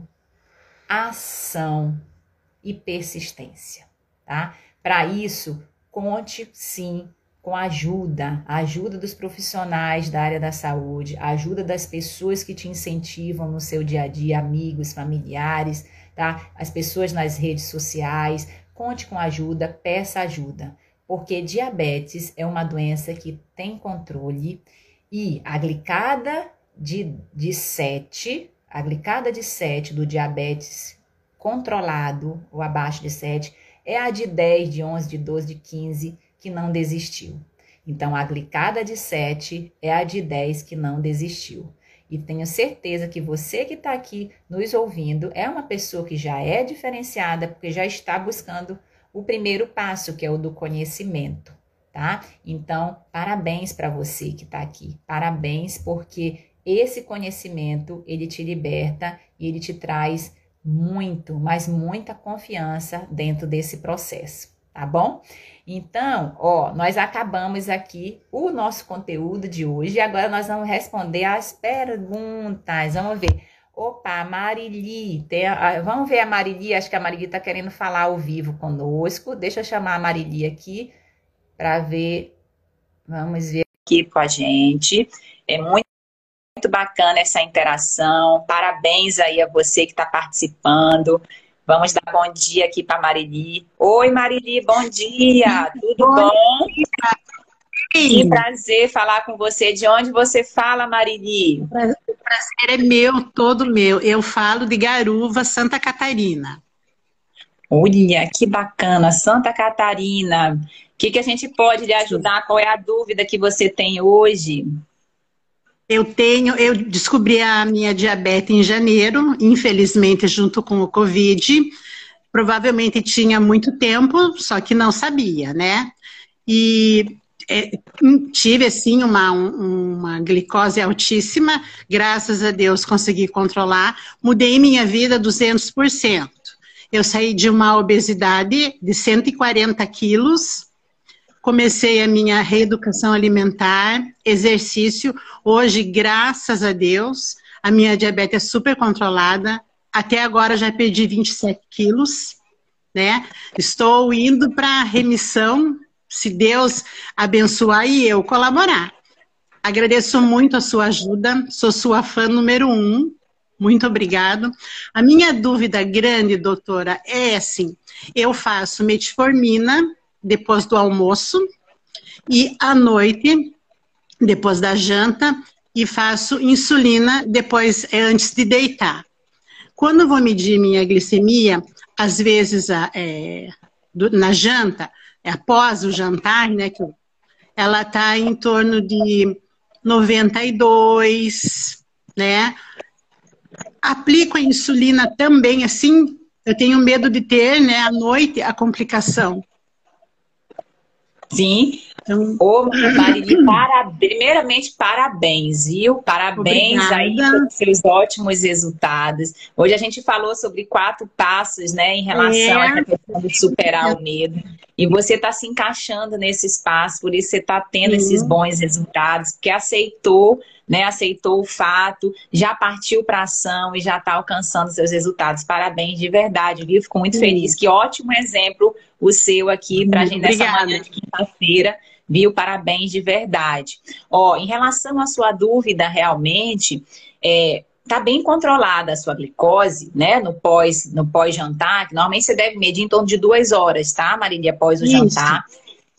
ação e persistência, tá? Para isso, conte sim com a ajuda dos profissionais da área da saúde, a ajuda das pessoas que te incentivam no seu dia a dia, amigos, familiares, tá? As pessoas nas redes sociais. Conte com ajuda, peça ajuda, porque diabetes é uma doença que tem controle e a glicada de 7, a glicada de 7 do diabetes controlado ou abaixo de 7 é a de 10, de 11, de 12, de 15 que não desistiu. Então, a glicada de 7 é a de 10 que não desistiu. E tenho certeza que você que está aqui nos ouvindo é uma pessoa que já é diferenciada, porque já está buscando o primeiro passo, que é o do conhecimento, tá? Então, parabéns para você que está aqui. Parabéns, porque esse conhecimento, ele te liberta e ele te traz muito, mas muita confiança dentro desse processo, tá bom? Então, ó, nós acabamos aqui o nosso conteúdo de hoje e agora nós vamos responder as perguntas. Vamos ver. Opa, Marili, vamos ver a Marili, acho que a Marili está querendo falar ao vivo conosco. Deixa eu chamar a Marili aqui para ver, vamos ver aqui com a gente. É muito bacana essa interação, parabéns aí a você que está participando. Vamos dar bom dia aqui para Marili. Oi, Marili, bom dia, tudo bom? Que prazer falar com você. De onde você fala, Marili? O prazer é meu, todo meu. Eu falo de Garuva, Santa Catarina. Olha, que bacana, Santa Catarina. O que a gente pode lhe ajudar? Qual é a dúvida que você tem hoje? Eu descobri a minha diabetes em janeiro, infelizmente junto com o Covid. Provavelmente tinha muito tempo, só que não sabia, né? E tive, assim, uma glicose altíssima, graças a Deus consegui controlar. Mudei minha vida 200%. Eu saí de uma obesidade de 140 quilos, comecei a minha reeducação alimentar, exercício. Hoje, graças a Deus, a minha diabetes é super controlada. Até agora já perdi 27 quilos, né? Estou indo para remissão, se Deus abençoar e eu colaborar. Agradeço muito a sua ajuda, sou sua fã número 1. Muito obrigado. A minha dúvida grande, doutora, é assim, eu faço metformina depois do almoço e à noite, depois da janta, e faço insulina depois, antes de deitar. Quando eu vou medir minha glicemia, às vezes na janta, após o jantar, né, ela está em torno de 92, né? Aplico a insulina também, assim, eu tenho medo de ter, né, à noite, a complicação. Sim. Então, ô, Marili, primeiramente, parabéns, viu? Parabéns. Obrigada. Aí pelos seus ótimos resultados. Hoje a gente falou sobre 4 passos, né, em relação à questão de superar o medo. E você está se encaixando nesse espaço, por isso você está tendo esses bons resultados, porque aceitou, né, aceitou o fato, já partiu para ação e já está alcançando seus resultados. Parabéns de verdade, viu? Fico muito feliz. Que ótimo exemplo o seu aqui para a gente nessa manhã de quinta-feira, viu? Parabéns de verdade. Ó, em relação à sua dúvida, realmente, tá bem controlada a sua glicose, né? No pós-jantar, que normalmente você deve medir em torno de 2 horas, tá, Marília, após o jantar.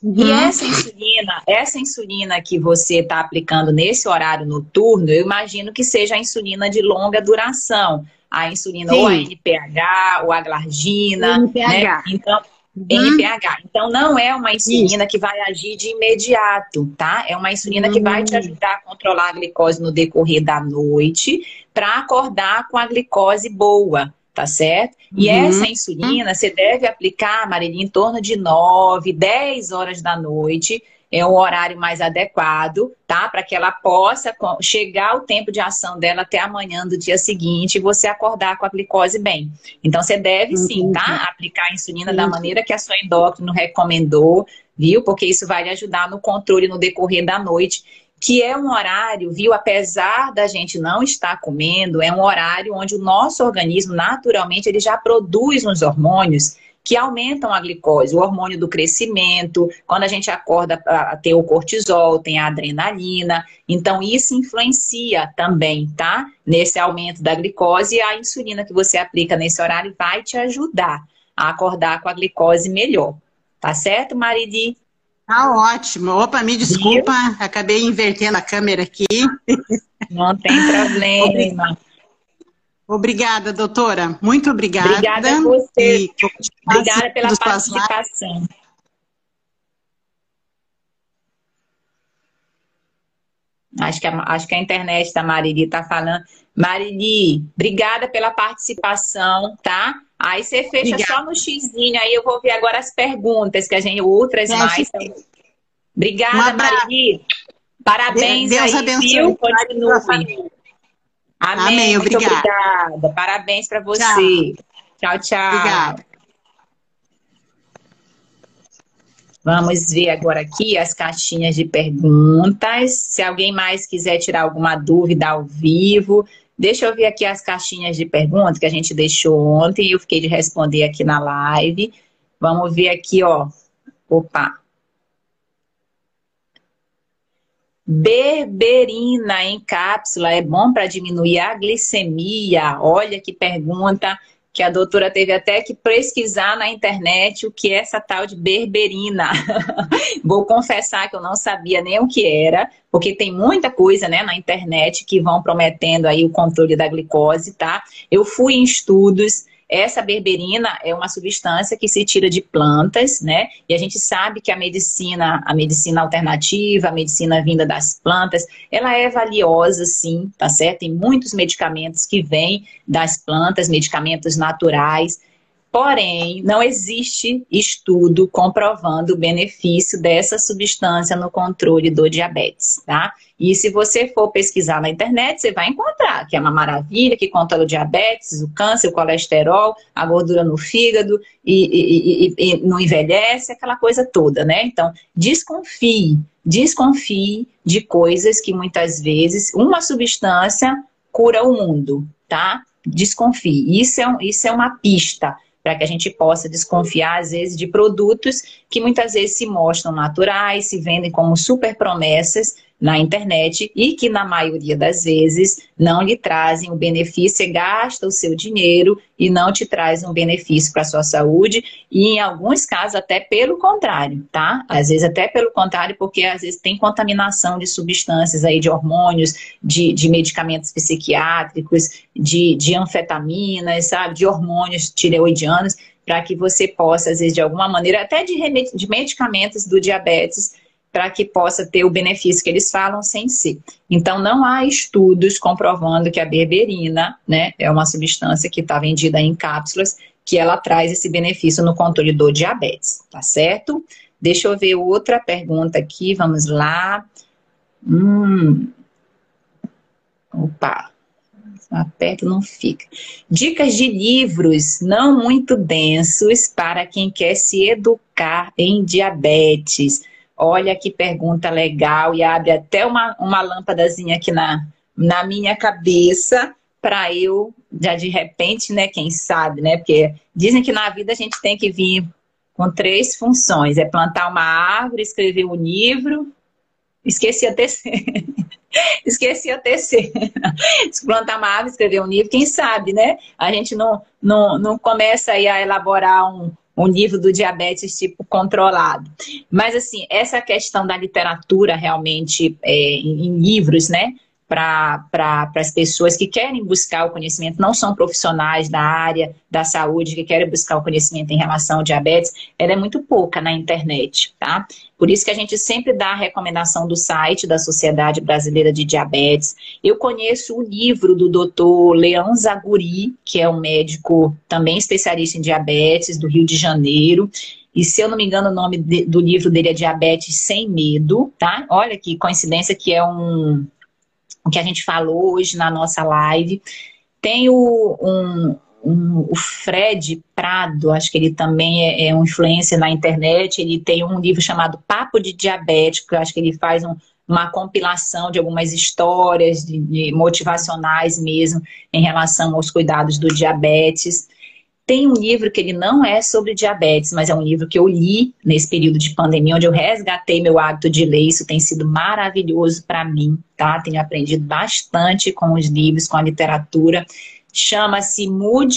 E essa insulina que você está aplicando nesse horário noturno, eu imagino que seja a insulina de longa duração. A insulina ou a Sim, NPH ou a glargina, né? NPH. Então, Uhum. NPH. Então, não é uma insulina Isso. que vai agir de imediato, tá? É uma insulina que vai te Hum, ajudar a controlar a glicose no decorrer da noite para acordar com a glicose boa, tá certo? E essa uhum. insulina você deve aplicar, Marília, em torno de 9, 10 horas da noite. É um horário mais adequado, tá? Para que ela possa chegar o tempo de ação dela até amanhã do dia seguinte e você acordar com a glicose bem. Então, você deve sim, Entendi, tá? Aplicar a insulina da entendi. maneira que a sua endócrino recomendou, viu? Porque isso vai lhe ajudar no controle no decorrer da noite, que é um horário, viu? Apesar da gente não estar comendo, é um horário onde o nosso organismo, naturalmente, ele já produz uns hormônios que aumentam a glicose, o hormônio do crescimento, quando a gente acorda, tem o cortisol, tem a adrenalina, então isso influencia também, tá? Nesse aumento da glicose, e a insulina que você aplica nesse horário vai te ajudar a acordar com a glicose melhor. Tá certo, Maridi? Tá ótimo. Opa, me desculpa, Viu? acabei invertendo a câmera aqui. Não tem Obri- problema. Obrigada, doutora. Muito obrigada. Obrigada a você. E vou continuar Obrigada pela assistindo suas lives. participação. Acho que a internet da Marili está falando. Marili, obrigada pela participação, tá? Aí você fecha Obrigada. só no xizinho, aí eu vou ver agora as perguntas, que a gente, outras Feche. mais. Um Obrigada, abraço. Marili. Parabéns Deus aí, abençoe viu? a sua Continue. família. Amém. Amém. Muito Obrigada. obrigada. Parabéns para Tchau. você. Tchau, tchau. Obrigada. Vamos ver agora aqui as caixinhas de perguntas. Se alguém mais quiser tirar alguma dúvida ao vivo, deixa eu ver aqui as caixinhas de perguntas que a gente deixou ontem e eu fiquei de responder aqui na live. Vamos ver aqui, ó. Opa. Berberina em cápsula é bom para diminuir a glicemia? Olha que pergunta que a doutora teve até que pesquisar na internet o que é essa tal de berberina. Vou confessar que eu não sabia nem o que era, porque tem muita coisa, né, na internet que vão prometendo aí o controle da glicose, tá? Eu fui em estudos. Essa berberina é uma substância que se tira de plantas, né? E a gente sabe que a medicina alternativa, a medicina vinda das plantas, ela é valiosa, sim, tá certo? Tem muitos medicamentos que vêm das plantas, medicamentos naturais. Porém, não existe estudo comprovando o benefício dessa substância no controle do diabetes, tá? E se você for pesquisar na internet, você vai encontrar que é uma maravilha, que controla o diabetes, o câncer, o colesterol, a gordura no fígado e não envelhece, aquela coisa toda, né? Então, desconfie de coisas que muitas vezes uma substância cura o mundo, tá? Desconfie. Isso é uma pista para que a gente possa desconfiar, às vezes, de produtos que muitas vezes se mostram naturais, se vendem como super promessas na internet e que, na maioria das vezes, não lhe trazem o benefício, você gasta o seu dinheiro e não te traz um benefício para a sua saúde e, em alguns casos, até pelo contrário, tá? Às vezes até pelo contrário, porque às vezes tem contaminação de substâncias aí, de hormônios, de medicamentos psiquiátricos, de anfetaminas, sabe? De hormônios tireoidianos, para que você possa, às vezes, de alguma maneira, até de medicamentos do diabetes, para que possa ter o benefício que eles falam sem ser. Então, não há estudos comprovando que a berberina, né, é uma substância que está vendida em cápsulas, que ela traz esse benefício no controle do diabetes, tá certo? Deixa eu ver outra pergunta aqui, vamos lá. Opa, aperto não fica. Dicas de livros não muito densos para quem quer se educar em diabetes. Olha que pergunta legal e abre até uma lâmpadazinha aqui na minha cabeça para eu, já de repente, né, quem sabe, né, porque dizem que na vida a gente tem que vir com 3 funções, é plantar uma árvore, escrever um livro, esqueci a terceira, esqueci a terceira, plantar uma árvore, escrever um livro, quem sabe, né, a gente não começa aí a elaborar um livro do diabetes tipo controlado. Mas, assim, essa questão da literatura realmente em livros, né? Para as pessoas que querem buscar o conhecimento, não são profissionais da área da saúde, que querem buscar o conhecimento em relação ao diabetes, ela é muito pouca na internet, tá? Por isso que a gente sempre dá a recomendação do site da Sociedade Brasileira de Diabetes. Eu conheço o livro do Dr. Leão Zaguri, que é um médico também especialista em diabetes, do Rio de Janeiro. E se eu não me engano, o nome do livro dele é Diabetes Sem Medo, tá? Olha que coincidência que é o que a gente falou hoje na nossa live. Tem o Fred Prado, acho que ele também é um influencer na internet, ele tem um livro chamado Papo de Diabético, eu acho que ele faz uma compilação de algumas histórias de motivacionais mesmo em relação aos cuidados do diabetes. Tem um livro que ele não é sobre diabetes, mas é um livro que eu li nesse período de pandemia, onde eu resgatei meu hábito de ler. Isso tem sido maravilhoso para mim, tá? Tenho aprendido bastante com os livros, com a literatura. Chama-se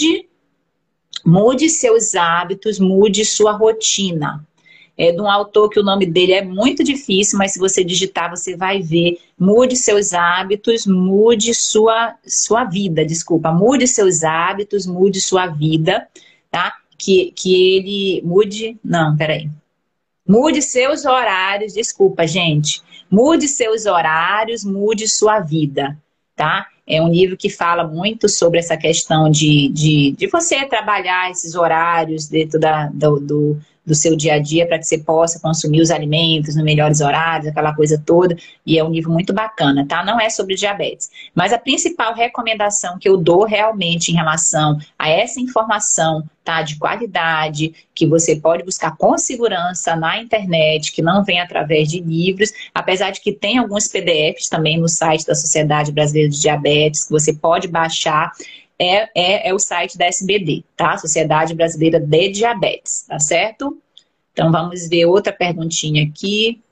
Mude Seus Hábitos, Mude Sua Rotina. É de um autor que o nome dele é muito difícil, mas se você digitar, você vai ver. Mude seus hábitos, mude sua vida, desculpa. Mude seus hábitos, mude sua vida, tá? Que ele mude... Não, peraí. Mude seus horários, desculpa, gente. Mude seus horários, mude sua vida, tá? É um livro que fala muito sobre essa questão de você trabalhar esses horários dentro do seu dia a dia para que você possa consumir os alimentos nos melhores horários, aquela coisa toda, e é um livro muito bacana, tá? Não é sobre diabetes, mas a principal recomendação que eu dou realmente em relação a essa informação, tá? De qualidade, que você pode buscar com segurança na internet, que não vem através de livros, apesar de que tem alguns PDFs também no site da Sociedade Brasileira de Diabetes, que você pode baixar. É o site da SBD, tá? Sociedade Brasileira de Diabetes, tá certo? Então, vamos ver outra perguntinha aqui.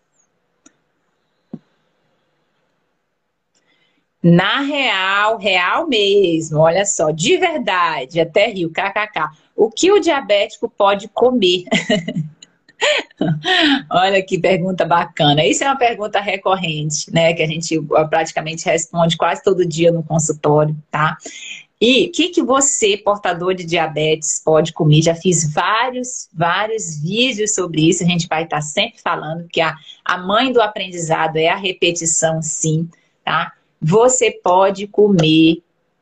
Na real mesmo, olha só, de verdade, até rio, kkk. O que o diabético pode comer? Olha que pergunta bacana. Isso é uma pergunta recorrente, né? Que a gente praticamente responde quase todo dia no consultório, tá? E o que você, portador de diabetes, pode comer? Já fiz vários vídeos sobre isso. A gente vai estar sempre falando que a mãe do aprendizado é a repetição, sim, tá? Você pode comer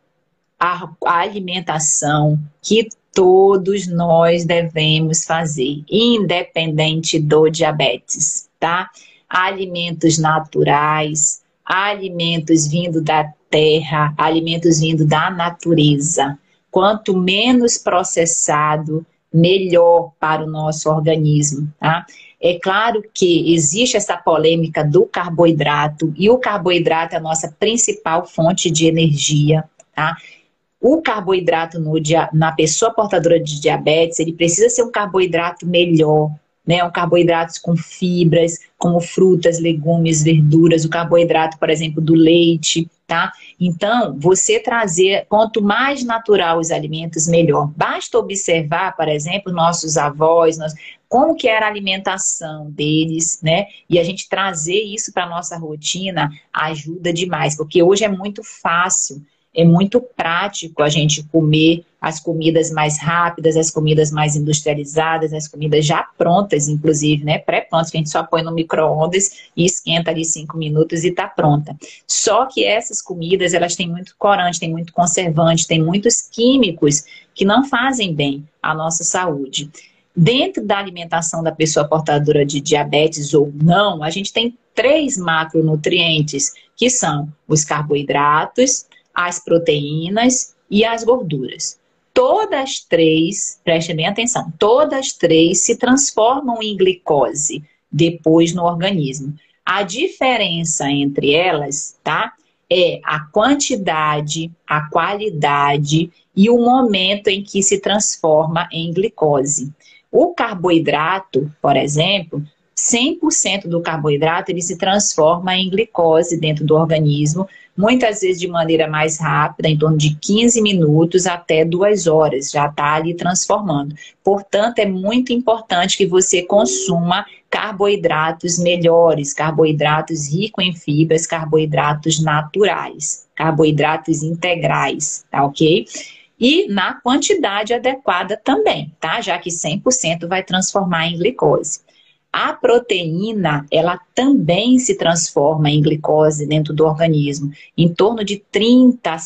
a alimentação que todos nós devemos fazer, independente do diabetes, tá? Alimentos naturais, alimentos vindo da terra, alimentos vindo da natureza. Quanto menos processado, melhor para o nosso organismo, tá? É claro que existe essa polêmica do carboidrato, e o carboidrato é a nossa principal fonte de energia, tá? O carboidrato na pessoa portadora de diabetes, ele precisa ser um carboidrato melhor, né? Um carboidrato com fibras, como frutas, legumes, verduras, o carboidrato, por exemplo, do leite, tá? Então, você trazer, quanto mais natural os alimentos, melhor. Basta observar, por exemplo, nossos avós, como que era a alimentação deles, né? E a gente trazer isso para a nossa rotina ajuda demais, porque hoje é muito fácil, é muito prático a gente comer as comidas mais rápidas, as comidas mais industrializadas, as comidas já prontas, inclusive, né? Pré-prontas, que a gente só põe no micro-ondas e esquenta ali 5 minutos e tá pronta. Só que essas comidas, elas têm muito corante, têm muito conservante, têm muitos químicos que não fazem bem à nossa saúde. Dentro da alimentação da pessoa portadora de diabetes ou não, a gente tem 3 macronutrientes, que são os carboidratos, as proteínas e as gorduras. Todas 3, prestem bem atenção, todas 3 se transformam em glicose depois no organismo. A diferença entre elas, tá? É a quantidade, a qualidade e o momento em que se transforma em glicose. O carboidrato, por exemplo, 100% do carboidrato ele se transforma em glicose dentro do organismo muitas vezes de maneira mais rápida, em torno de 15 minutos até 2 horas, já está ali transformando. Portanto, é muito importante que você consuma carboidratos melhores, carboidratos ricos em fibras, carboidratos naturais, carboidratos integrais, tá ok? E na quantidade adequada também, tá? Já que 100% vai transformar em glicose. A proteína, ela também se transforma em glicose dentro do organismo, em torno de 30% a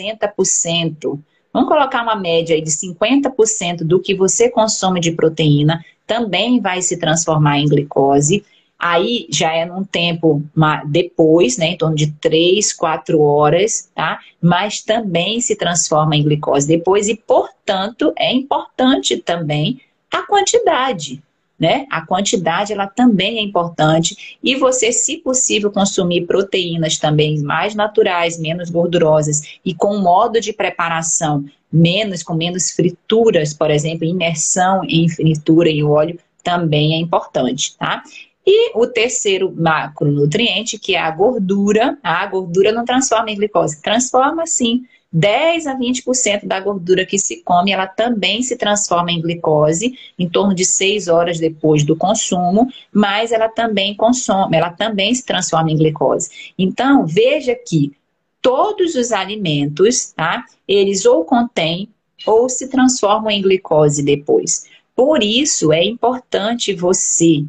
60%. Vamos colocar uma média aí de 50% do que você consome de proteína também vai se transformar em glicose. Aí já é num tempo depois, né, em torno de 3, 4 horas, tá? Mas também se transforma em glicose depois e, portanto, é importante também a quantidade, né? A quantidade, ela também é importante e você, se possível, consumir proteínas também mais naturais, menos gordurosas e com modo de preparação com menos frituras, por exemplo, imersão em fritura e óleo também é importante, tá? E o terceiro macronutriente, que é a gordura não transforma em glicose, transforma sim. 10 a 20% da gordura que se come, ela também se transforma em glicose, em torno de 6 horas depois do consumo, mas ela também se transforma em glicose. Então, veja que todos os alimentos, tá? Eles ou contêm ou se transformam em glicose depois. Por isso, é importante você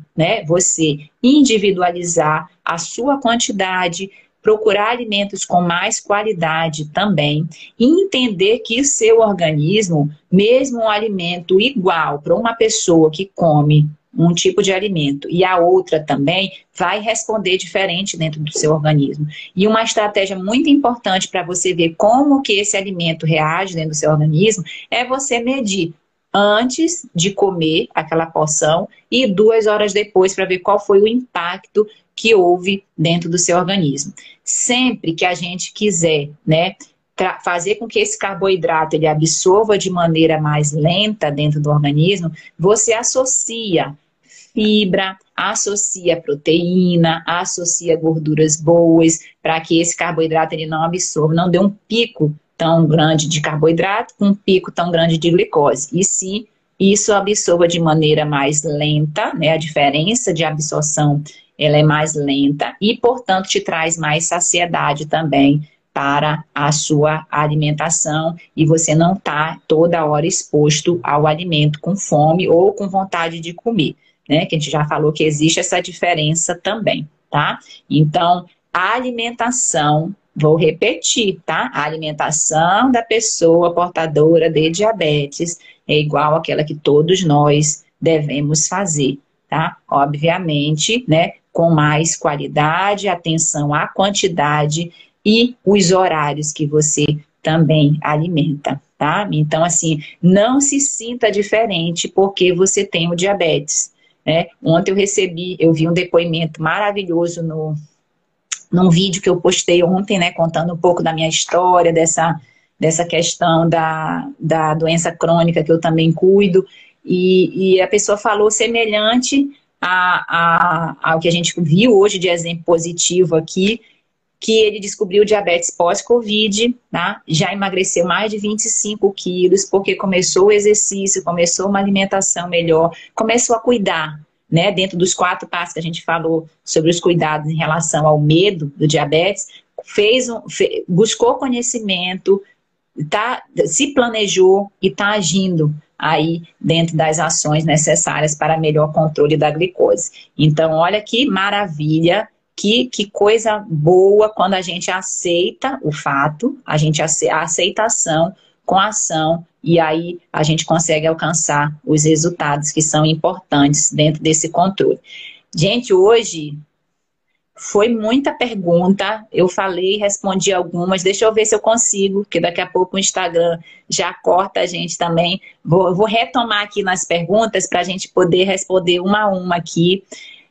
individualizar a sua quantidade, procurar alimentos com mais qualidade também e entender que o seu organismo, mesmo um alimento igual para uma pessoa que come um tipo de alimento e a outra também, vai responder diferente dentro do seu organismo. E uma estratégia muito importante para você ver como que esse alimento reage dentro do seu organismo é você medir antes de comer aquela porção e 2 horas depois para ver qual foi o impacto que houve dentro do seu organismo. Sempre que a gente quiser, né, fazer com que esse carboidrato ele absorva de maneira mais lenta dentro do organismo, você associa fibra, associa proteína, associa gorduras boas, para que esse carboidrato ele não absorva, não dê um pico tão grande de carboidrato com um pico tão grande de glicose. E sim, isso absorva de maneira mais lenta, né? A diferença de absorção ela é mais lenta e, portanto, te traz mais saciedade também para a sua alimentação e você não está toda hora exposto ao alimento com fome ou com vontade de comer, né? Que a gente já falou que existe essa diferença também, tá? Então, a alimentação, vou repetir, tá? A alimentação da pessoa portadora de diabetes é igual àquela que todos nós devemos fazer, tá? Obviamente, né? Com mais qualidade, atenção à quantidade e os horários que você também alimenta, tá? Então, assim, não se sinta diferente porque você tem o diabetes, né? Ontem eu vi um depoimento maravilhoso num vídeo que eu postei ontem, né? Contando um pouco da minha história, dessa questão da doença crônica que eu também cuido, e a pessoa falou semelhante ao que a gente viu hoje de exemplo positivo aqui, que ele descobriu diabetes pós-Covid, tá? Já emagreceu mais de 25 quilos, porque começou o exercício, começou uma alimentação melhor, começou a cuidar, né? Dentro dos 4 passos que a gente falou sobre os cuidados em relação ao medo do diabetes, buscou conhecimento, se planejou e está agindo aí dentro das ações necessárias para melhor controle da glicose. Então, olha que maravilha, que coisa boa quando a gente aceita o fato, a aceitação com a ação, e aí a gente consegue alcançar os resultados que são importantes dentro desse controle. Gente, hoje foi muita pergunta, eu falei, respondi algumas, deixa eu ver se eu consigo, porque daqui a pouco o Instagram já corta a gente também. Vou retomar aqui nas perguntas para a gente poder responder uma a uma aqui,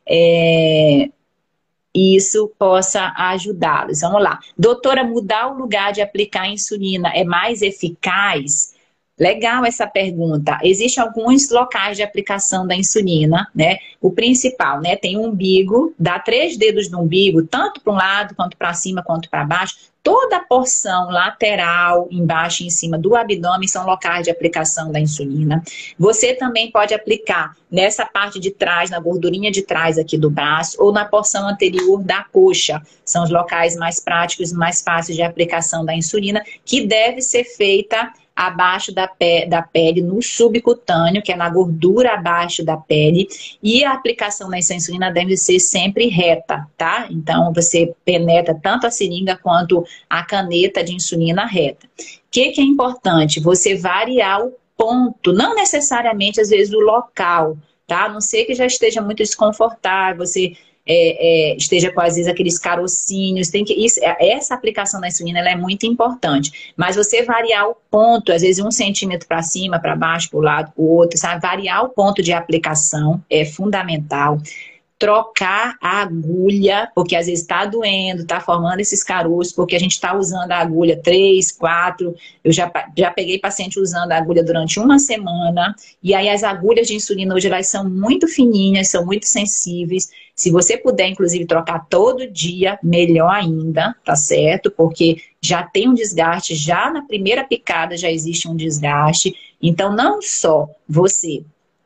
e isso possa ajudá-los. Vamos lá. Doutora, mudar o lugar de aplicar a insulina é mais eficaz? Legal essa pergunta. Existem alguns locais de aplicação da insulina, né? O principal, né? Tem o umbigo, dá 3 dedos no umbigo, tanto para um lado, quanto para cima, quanto para baixo. toda a porção lateral, embaixo e em cima do abdômen são locais de aplicação da insulina. Você também pode aplicar nessa parte de trás, na gordurinha de trás aqui do braço, ou na porção anterior da coxa. São os locais mais práticos e mais fáceis de aplicação da insulina, que deve ser feita abaixo da pele, no subcutâneo, que é na gordura abaixo da pele, e a aplicação dessa insulina deve ser sempre reta, tá? Então, você penetra tanto a seringa quanto a caneta de insulina reta. O que é importante? Você variar o ponto, não necessariamente, às vezes, o local, tá? A não ser que já esteja muito desconfortável, você esteja com, às vezes, aqueles carocínios, essa aplicação da insulina ela é muito importante, mas você variar o ponto, às vezes 1 centímetro para cima, para baixo, para o lado, para o outro, sabe? Variar o ponto de aplicação é fundamental. Trocar a agulha, porque às vezes está doendo, está formando esses caroços, porque a gente está usando a agulha 3, 4, eu já peguei paciente usando a agulha durante 1 semana, e aí as agulhas de insulina hoje elas são muito fininhas, são muito sensíveis. Se você puder, inclusive, trocar todo dia, melhor ainda, tá certo? Porque já tem um desgaste, já na primeira picada já existe um desgaste, então não só você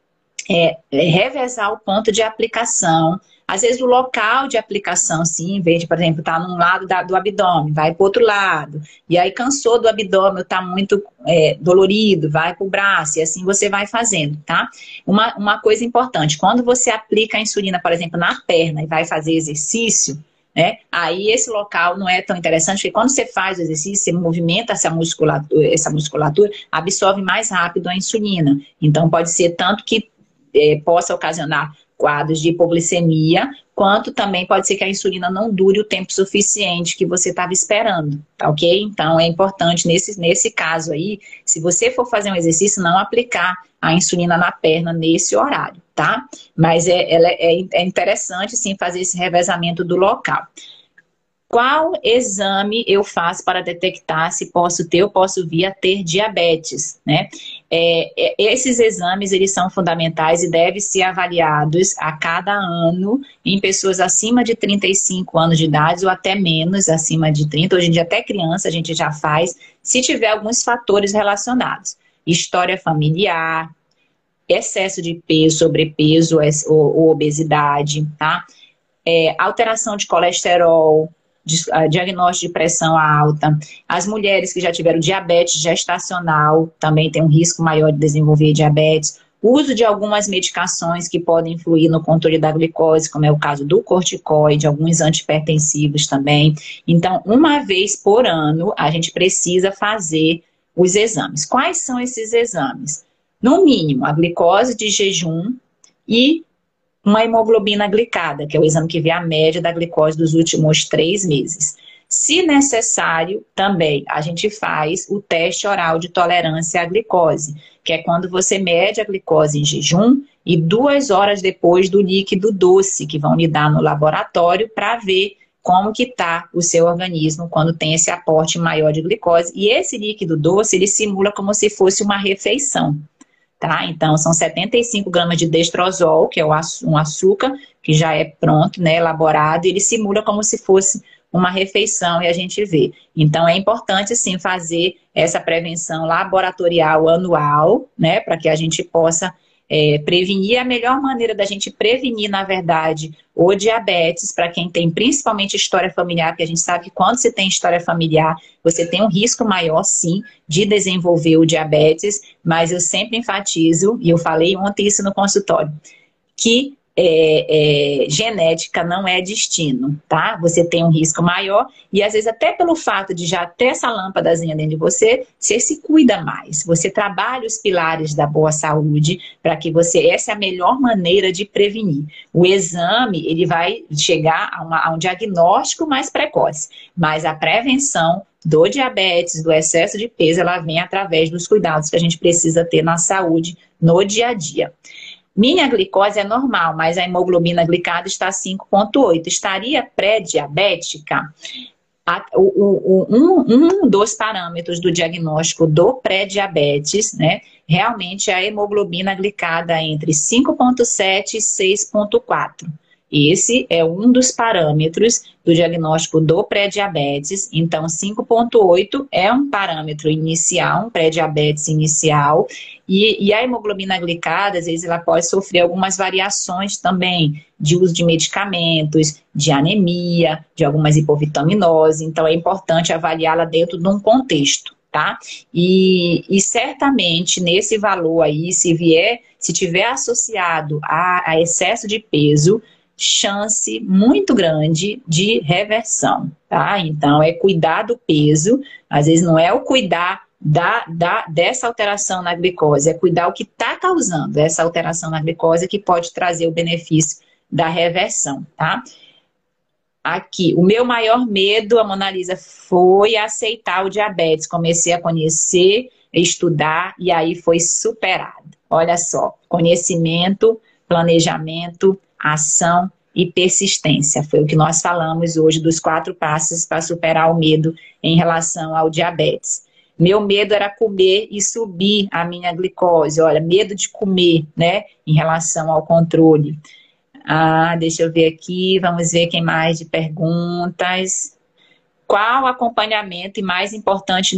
revezar o ponto de aplicação, às vezes o local de aplicação, sim, em vez de, por exemplo, estar num lado do abdômen, vai para o outro lado, e aí cansou do abdômen, está muito dolorido, vai para o braço, e assim você vai fazendo, tá? Uma coisa importante, quando você aplica a insulina, por exemplo, na perna e vai fazer exercício, né? Aí esse local não é tão interessante, porque quando você faz o exercício, você movimenta essa musculatura absorve mais rápido a insulina, então pode ser tanto que possa ocasionar quadros de hipoglicemia, quanto também pode ser que a insulina não dure o tempo suficiente que você estava esperando, tá ok? Então é importante nesse caso aí, se você for fazer um exercício, não aplicar a insulina na perna nesse horário, tá? Mas é interessante sim fazer esse revezamento do local. Qual exame eu faço para detectar se posso ter ou posso vir a ter diabetes, né? Esses exames, eles são fundamentais e devem ser avaliados a cada ano em pessoas acima de 35 anos de idade ou até menos, acima de 30. Hoje em dia, até criança, a gente já faz, se tiver alguns fatores relacionados. História familiar, excesso de peso, sobrepeso ou obesidade, tá? Alteração de colesterol, diagnóstico de pressão alta. As mulheres que já tiveram diabetes gestacional também têm um risco maior de desenvolver diabetes. Uso de algumas medicações que podem influir no controle da glicose, como é o caso do corticoide, alguns antihipertensivos também. Então, uma vez por ano, a gente precisa fazer os exames. Quais são esses exames? No mínimo, a glicose de jejum e uma hemoglobina glicada, que é o exame que vê a média da glicose dos últimos 3 meses. Se necessário, também a gente faz o teste oral de tolerância à glicose, que é quando você mede a glicose em jejum e 2 horas depois do líquido doce, que vão lhe dar no laboratório para ver como que está o seu organismo quando tem esse aporte maior de glicose. E esse líquido doce, ele simula como se fosse uma refeição. Tá? Então, são 75 gramas de destrozol, que é um açúcar que já é pronto, né, elaborado, e ele simula como se fosse uma refeição e a gente vê. Então, é importante, sim, fazer essa prevenção laboratorial anual, né, para que a gente possa prevenir. A melhor maneira da gente prevenir, na verdade, o diabetes, para quem tem principalmente história familiar, porque a gente sabe que quando você tem história familiar, você tem um risco maior, sim, de desenvolver o diabetes, mas eu sempre enfatizo, e eu falei ontem isso no consultório, que genética não é destino, tá? Você tem um risco maior e às vezes até pelo fato de já ter essa lâmpadazinha dentro de você, você se cuida mais, você trabalha os pilares da boa saúde para que essa é a melhor maneira de prevenir. O exame, ele vai chegar a um diagnóstico mais precoce, mas a prevenção do diabetes, do excesso de peso, ela vem através dos cuidados que a gente precisa ter na saúde no dia a dia. Minha glicose é normal, mas a hemoglobina glicada está 5,8. Estaria pré-diabética? Um dos parâmetros do diagnóstico do pré-diabetes, né? Realmente é a hemoglobina glicada entre 5,7 e 6,4. Esse é um dos parâmetros do diagnóstico do pré-diabetes. Então, 5,8 é um parâmetro inicial, um pré-diabetes inicial. E a hemoglobina glicada, às vezes, ela pode sofrer algumas variações também de uso de medicamentos, de anemia, de algumas hipovitaminose. Então, é importante avaliá-la dentro de um contexto, tá? E certamente, nesse valor aí, se tiver associado a excesso de peso, chance muito grande de reversão, tá? Então, é cuidar do peso, às vezes não é o cuidar dessa alteração na glicose, é cuidar o que está causando essa alteração na glicose que pode trazer o benefício da reversão, tá? Aqui, o meu maior medo, a Mona Lisa, foi aceitar o diabetes. Comecei a conhecer, estudar e aí foi superado. Olha só, conhecimento, planejamento, ação e persistência. Foi o que nós falamos hoje dos 4 passos para superar o medo em relação ao diabetes. Meu medo era comer e subir a minha glicose. Olha, medo de comer, né, em relação ao controle. Deixa eu ver aqui, vamos ver quem mais de perguntas. Qual acompanhamento e mais importante,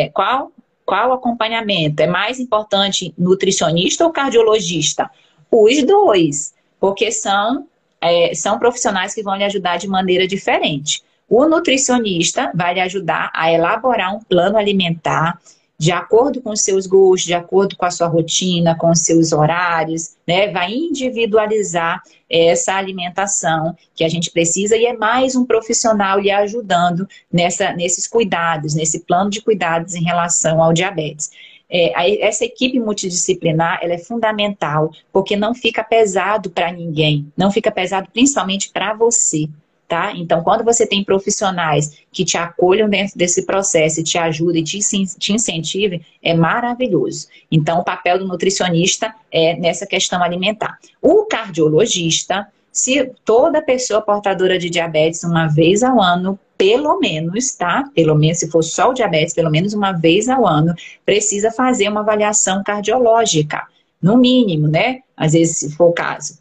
qual acompanhamento? É mais importante nutricionista ou cardiologista? Os dois, porque são profissionais que vão lhe ajudar de maneira diferente. O nutricionista vai lhe ajudar a elaborar um plano alimentar de acordo com os seus gostos, de acordo com a sua rotina, com os seus horários, né? Vai individualizar essa alimentação que a gente precisa e é mais um profissional lhe ajudando nesses cuidados, nesse plano de cuidados em relação ao diabetes. Essa equipe multidisciplinar, ela é fundamental, porque não fica pesado para ninguém, não fica pesado principalmente para você. Tá? Então, quando você tem profissionais que te acolham dentro desse processo e te ajudem e te incentivem, é maravilhoso. Então, o papel do nutricionista é nessa questão alimentar. O cardiologista, se toda pessoa portadora de diabetes, uma vez ao ano, pelo menos, tá? Pelo menos, se for só o diabetes, pelo menos uma vez ao ano, precisa fazer uma avaliação cardiológica, no mínimo, né? Às vezes, se for o caso.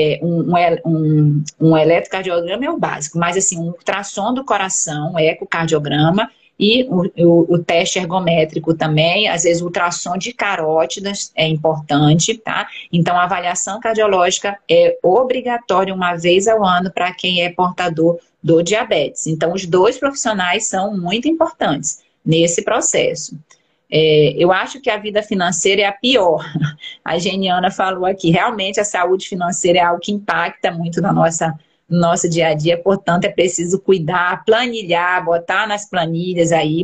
Um eletrocardiograma é o básico, mas assim, um ultrassom do coração, um ecocardiograma e o teste ergométrico também, às vezes o ultrassom de carótidas é importante, tá? Então a avaliação cardiológica é obrigatória uma vez ao ano para quem é portador do diabetes. Então os dois profissionais são muito importantes nesse processo. Eu acho que a vida financeira é a pior. A Geniana falou aqui, realmente a saúde financeira é algo que impacta muito no nosso dia a dia, portanto é preciso cuidar, planilhar, botar nas planilhas aí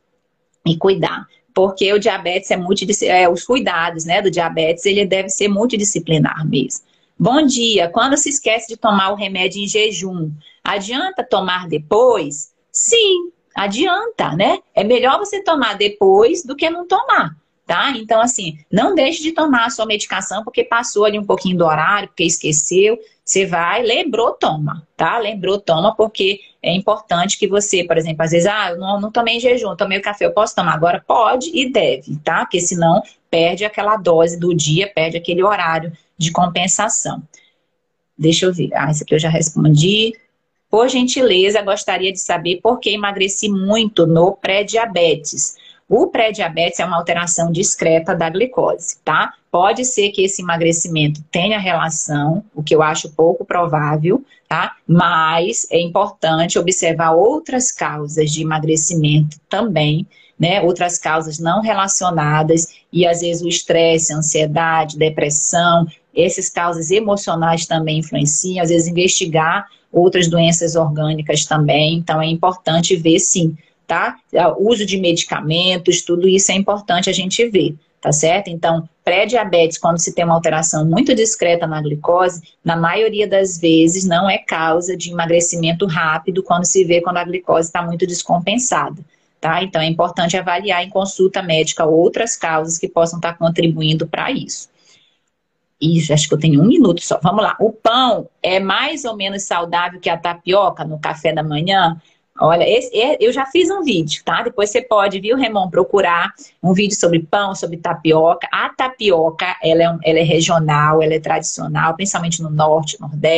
e cuidar. Porque o diabetes os cuidados, né, do diabetes, ele deve ser multidisciplinar mesmo. Bom dia, quando se esquece de tomar o remédio em jejum, adianta tomar depois? Sim. Adianta, né? É melhor você tomar depois do que não tomar, tá? Então, assim, não deixe de tomar a sua medicação porque passou ali um pouquinho do horário, porque esqueceu. Você vai, lembrou, toma, tá? Lembrou, toma, porque é importante que você, por exemplo, às vezes, eu não tomei em jejum, tomei o café, eu posso tomar agora? Pode e deve, tá? Porque senão perde aquela dose do dia, perde aquele horário de compensação. Deixa eu ver. Isso aqui eu já respondi. Por gentileza, gostaria de saber por que emagreci muito no pré-diabetes. O pré-diabetes é uma alteração discreta da glicose, tá? Pode ser que esse emagrecimento tenha relação, o que eu acho pouco provável, tá? Mas é importante observar outras causas de emagrecimento também, né? Outras causas não relacionadas e às vezes o estresse, a ansiedade, depressão, essas causas emocionais também influenciam, às vezes investigar outras doenças orgânicas também, então é importante ver sim, tá? O uso de medicamentos, tudo isso é importante a gente ver, tá certo? Então, pré-diabetes, quando se tem uma alteração muito discreta na glicose, na maioria das vezes não é causa de emagrecimento rápido quando a glicose está muito descompensada, tá? Então é importante avaliar em consulta médica outras causas que possam estar contribuindo para isso. Isso, acho que eu tenho 1 minuto só. Vamos lá. O pão é mais ou menos saudável que a tapioca no café da manhã? Olha, eu já fiz um vídeo, tá? Depois você pode, viu, Remon, procurar um vídeo sobre pão, sobre tapioca. A tapioca, ela é regional, ela é tradicional, principalmente no norte, nordeste.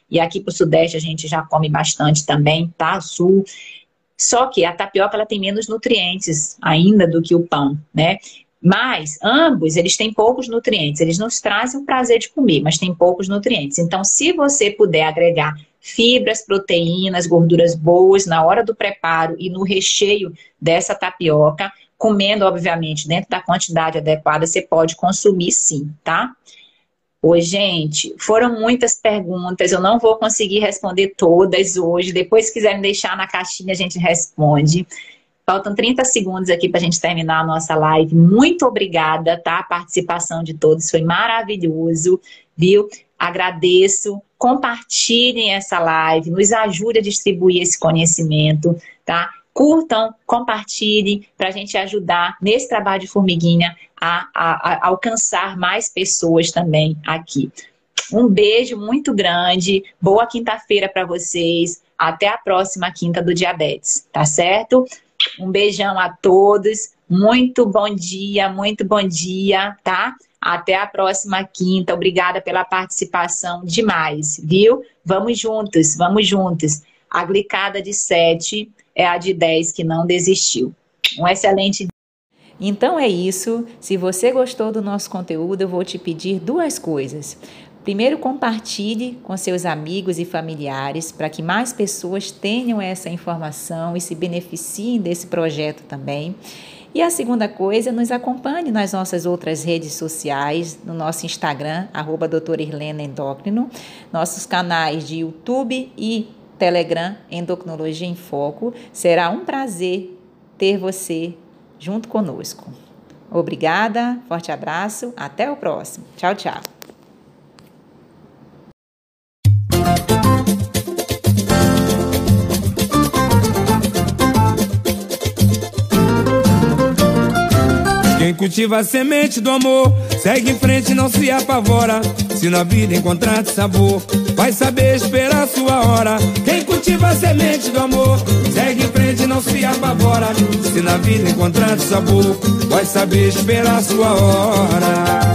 e aqui para o Sudeste a gente já come bastante também, tá? Sul. Só que a tapioca ela tem menos nutrientes ainda do que o pão, né? Mas ambos, eles têm poucos nutrientes, eles nos trazem o prazer de comer, mas tem poucos nutrientes. Então, se você puder agregar fibras, proteínas, gorduras boas na hora do preparo e no recheio dessa tapioca, comendo, obviamente, dentro da quantidade adequada, você pode consumir sim, tá? Oi, gente, foram muitas perguntas, eu não vou conseguir responder todas hoje, depois se quiserem deixar na caixinha a gente responde. Faltam 30 segundos aqui para a gente terminar a nossa live. Muito obrigada, tá? A participação de todos foi maravilhoso, viu? Agradeço. Compartilhem essa live, nos ajude a distribuir esse conhecimento, tá? Curtam, compartilhem para a gente ajudar nesse trabalho de formiguinha a alcançar mais pessoas também aqui. Um beijo muito grande, boa quinta-feira para vocês. Até a próxima quinta do Diabetes, tá certo? Um beijão a todos, muito bom dia, tá? Até a próxima quinta, obrigada pela participação demais, viu? Vamos juntos, vamos juntos. A glicada de 7 é a de 10 que não desistiu. Um excelente dia. Então é isso, se você gostou do nosso conteúdo, eu vou te pedir 2 coisas. Primeiro, compartilhe com seus amigos e familiares para que mais pessoas tenham essa informação e se beneficiem desse projeto também. E a segunda coisa, nos acompanhe nas nossas outras redes sociais, no nosso Instagram, @doutora Irlena Endócrino, nossos canais de YouTube e Telegram, Endocrinologia em Foco. Será um prazer ter você junto conosco. Obrigada, forte abraço, até o próximo. Tchau, tchau. Quem cultiva a semente do amor segue em frente e não se apavora. Se na vida encontrar sabor, vai saber esperar a sua hora. Quem cultiva a semente do amor segue em frente e não se apavora. Se na vida encontrar sabor, vai saber esperar a sua hora.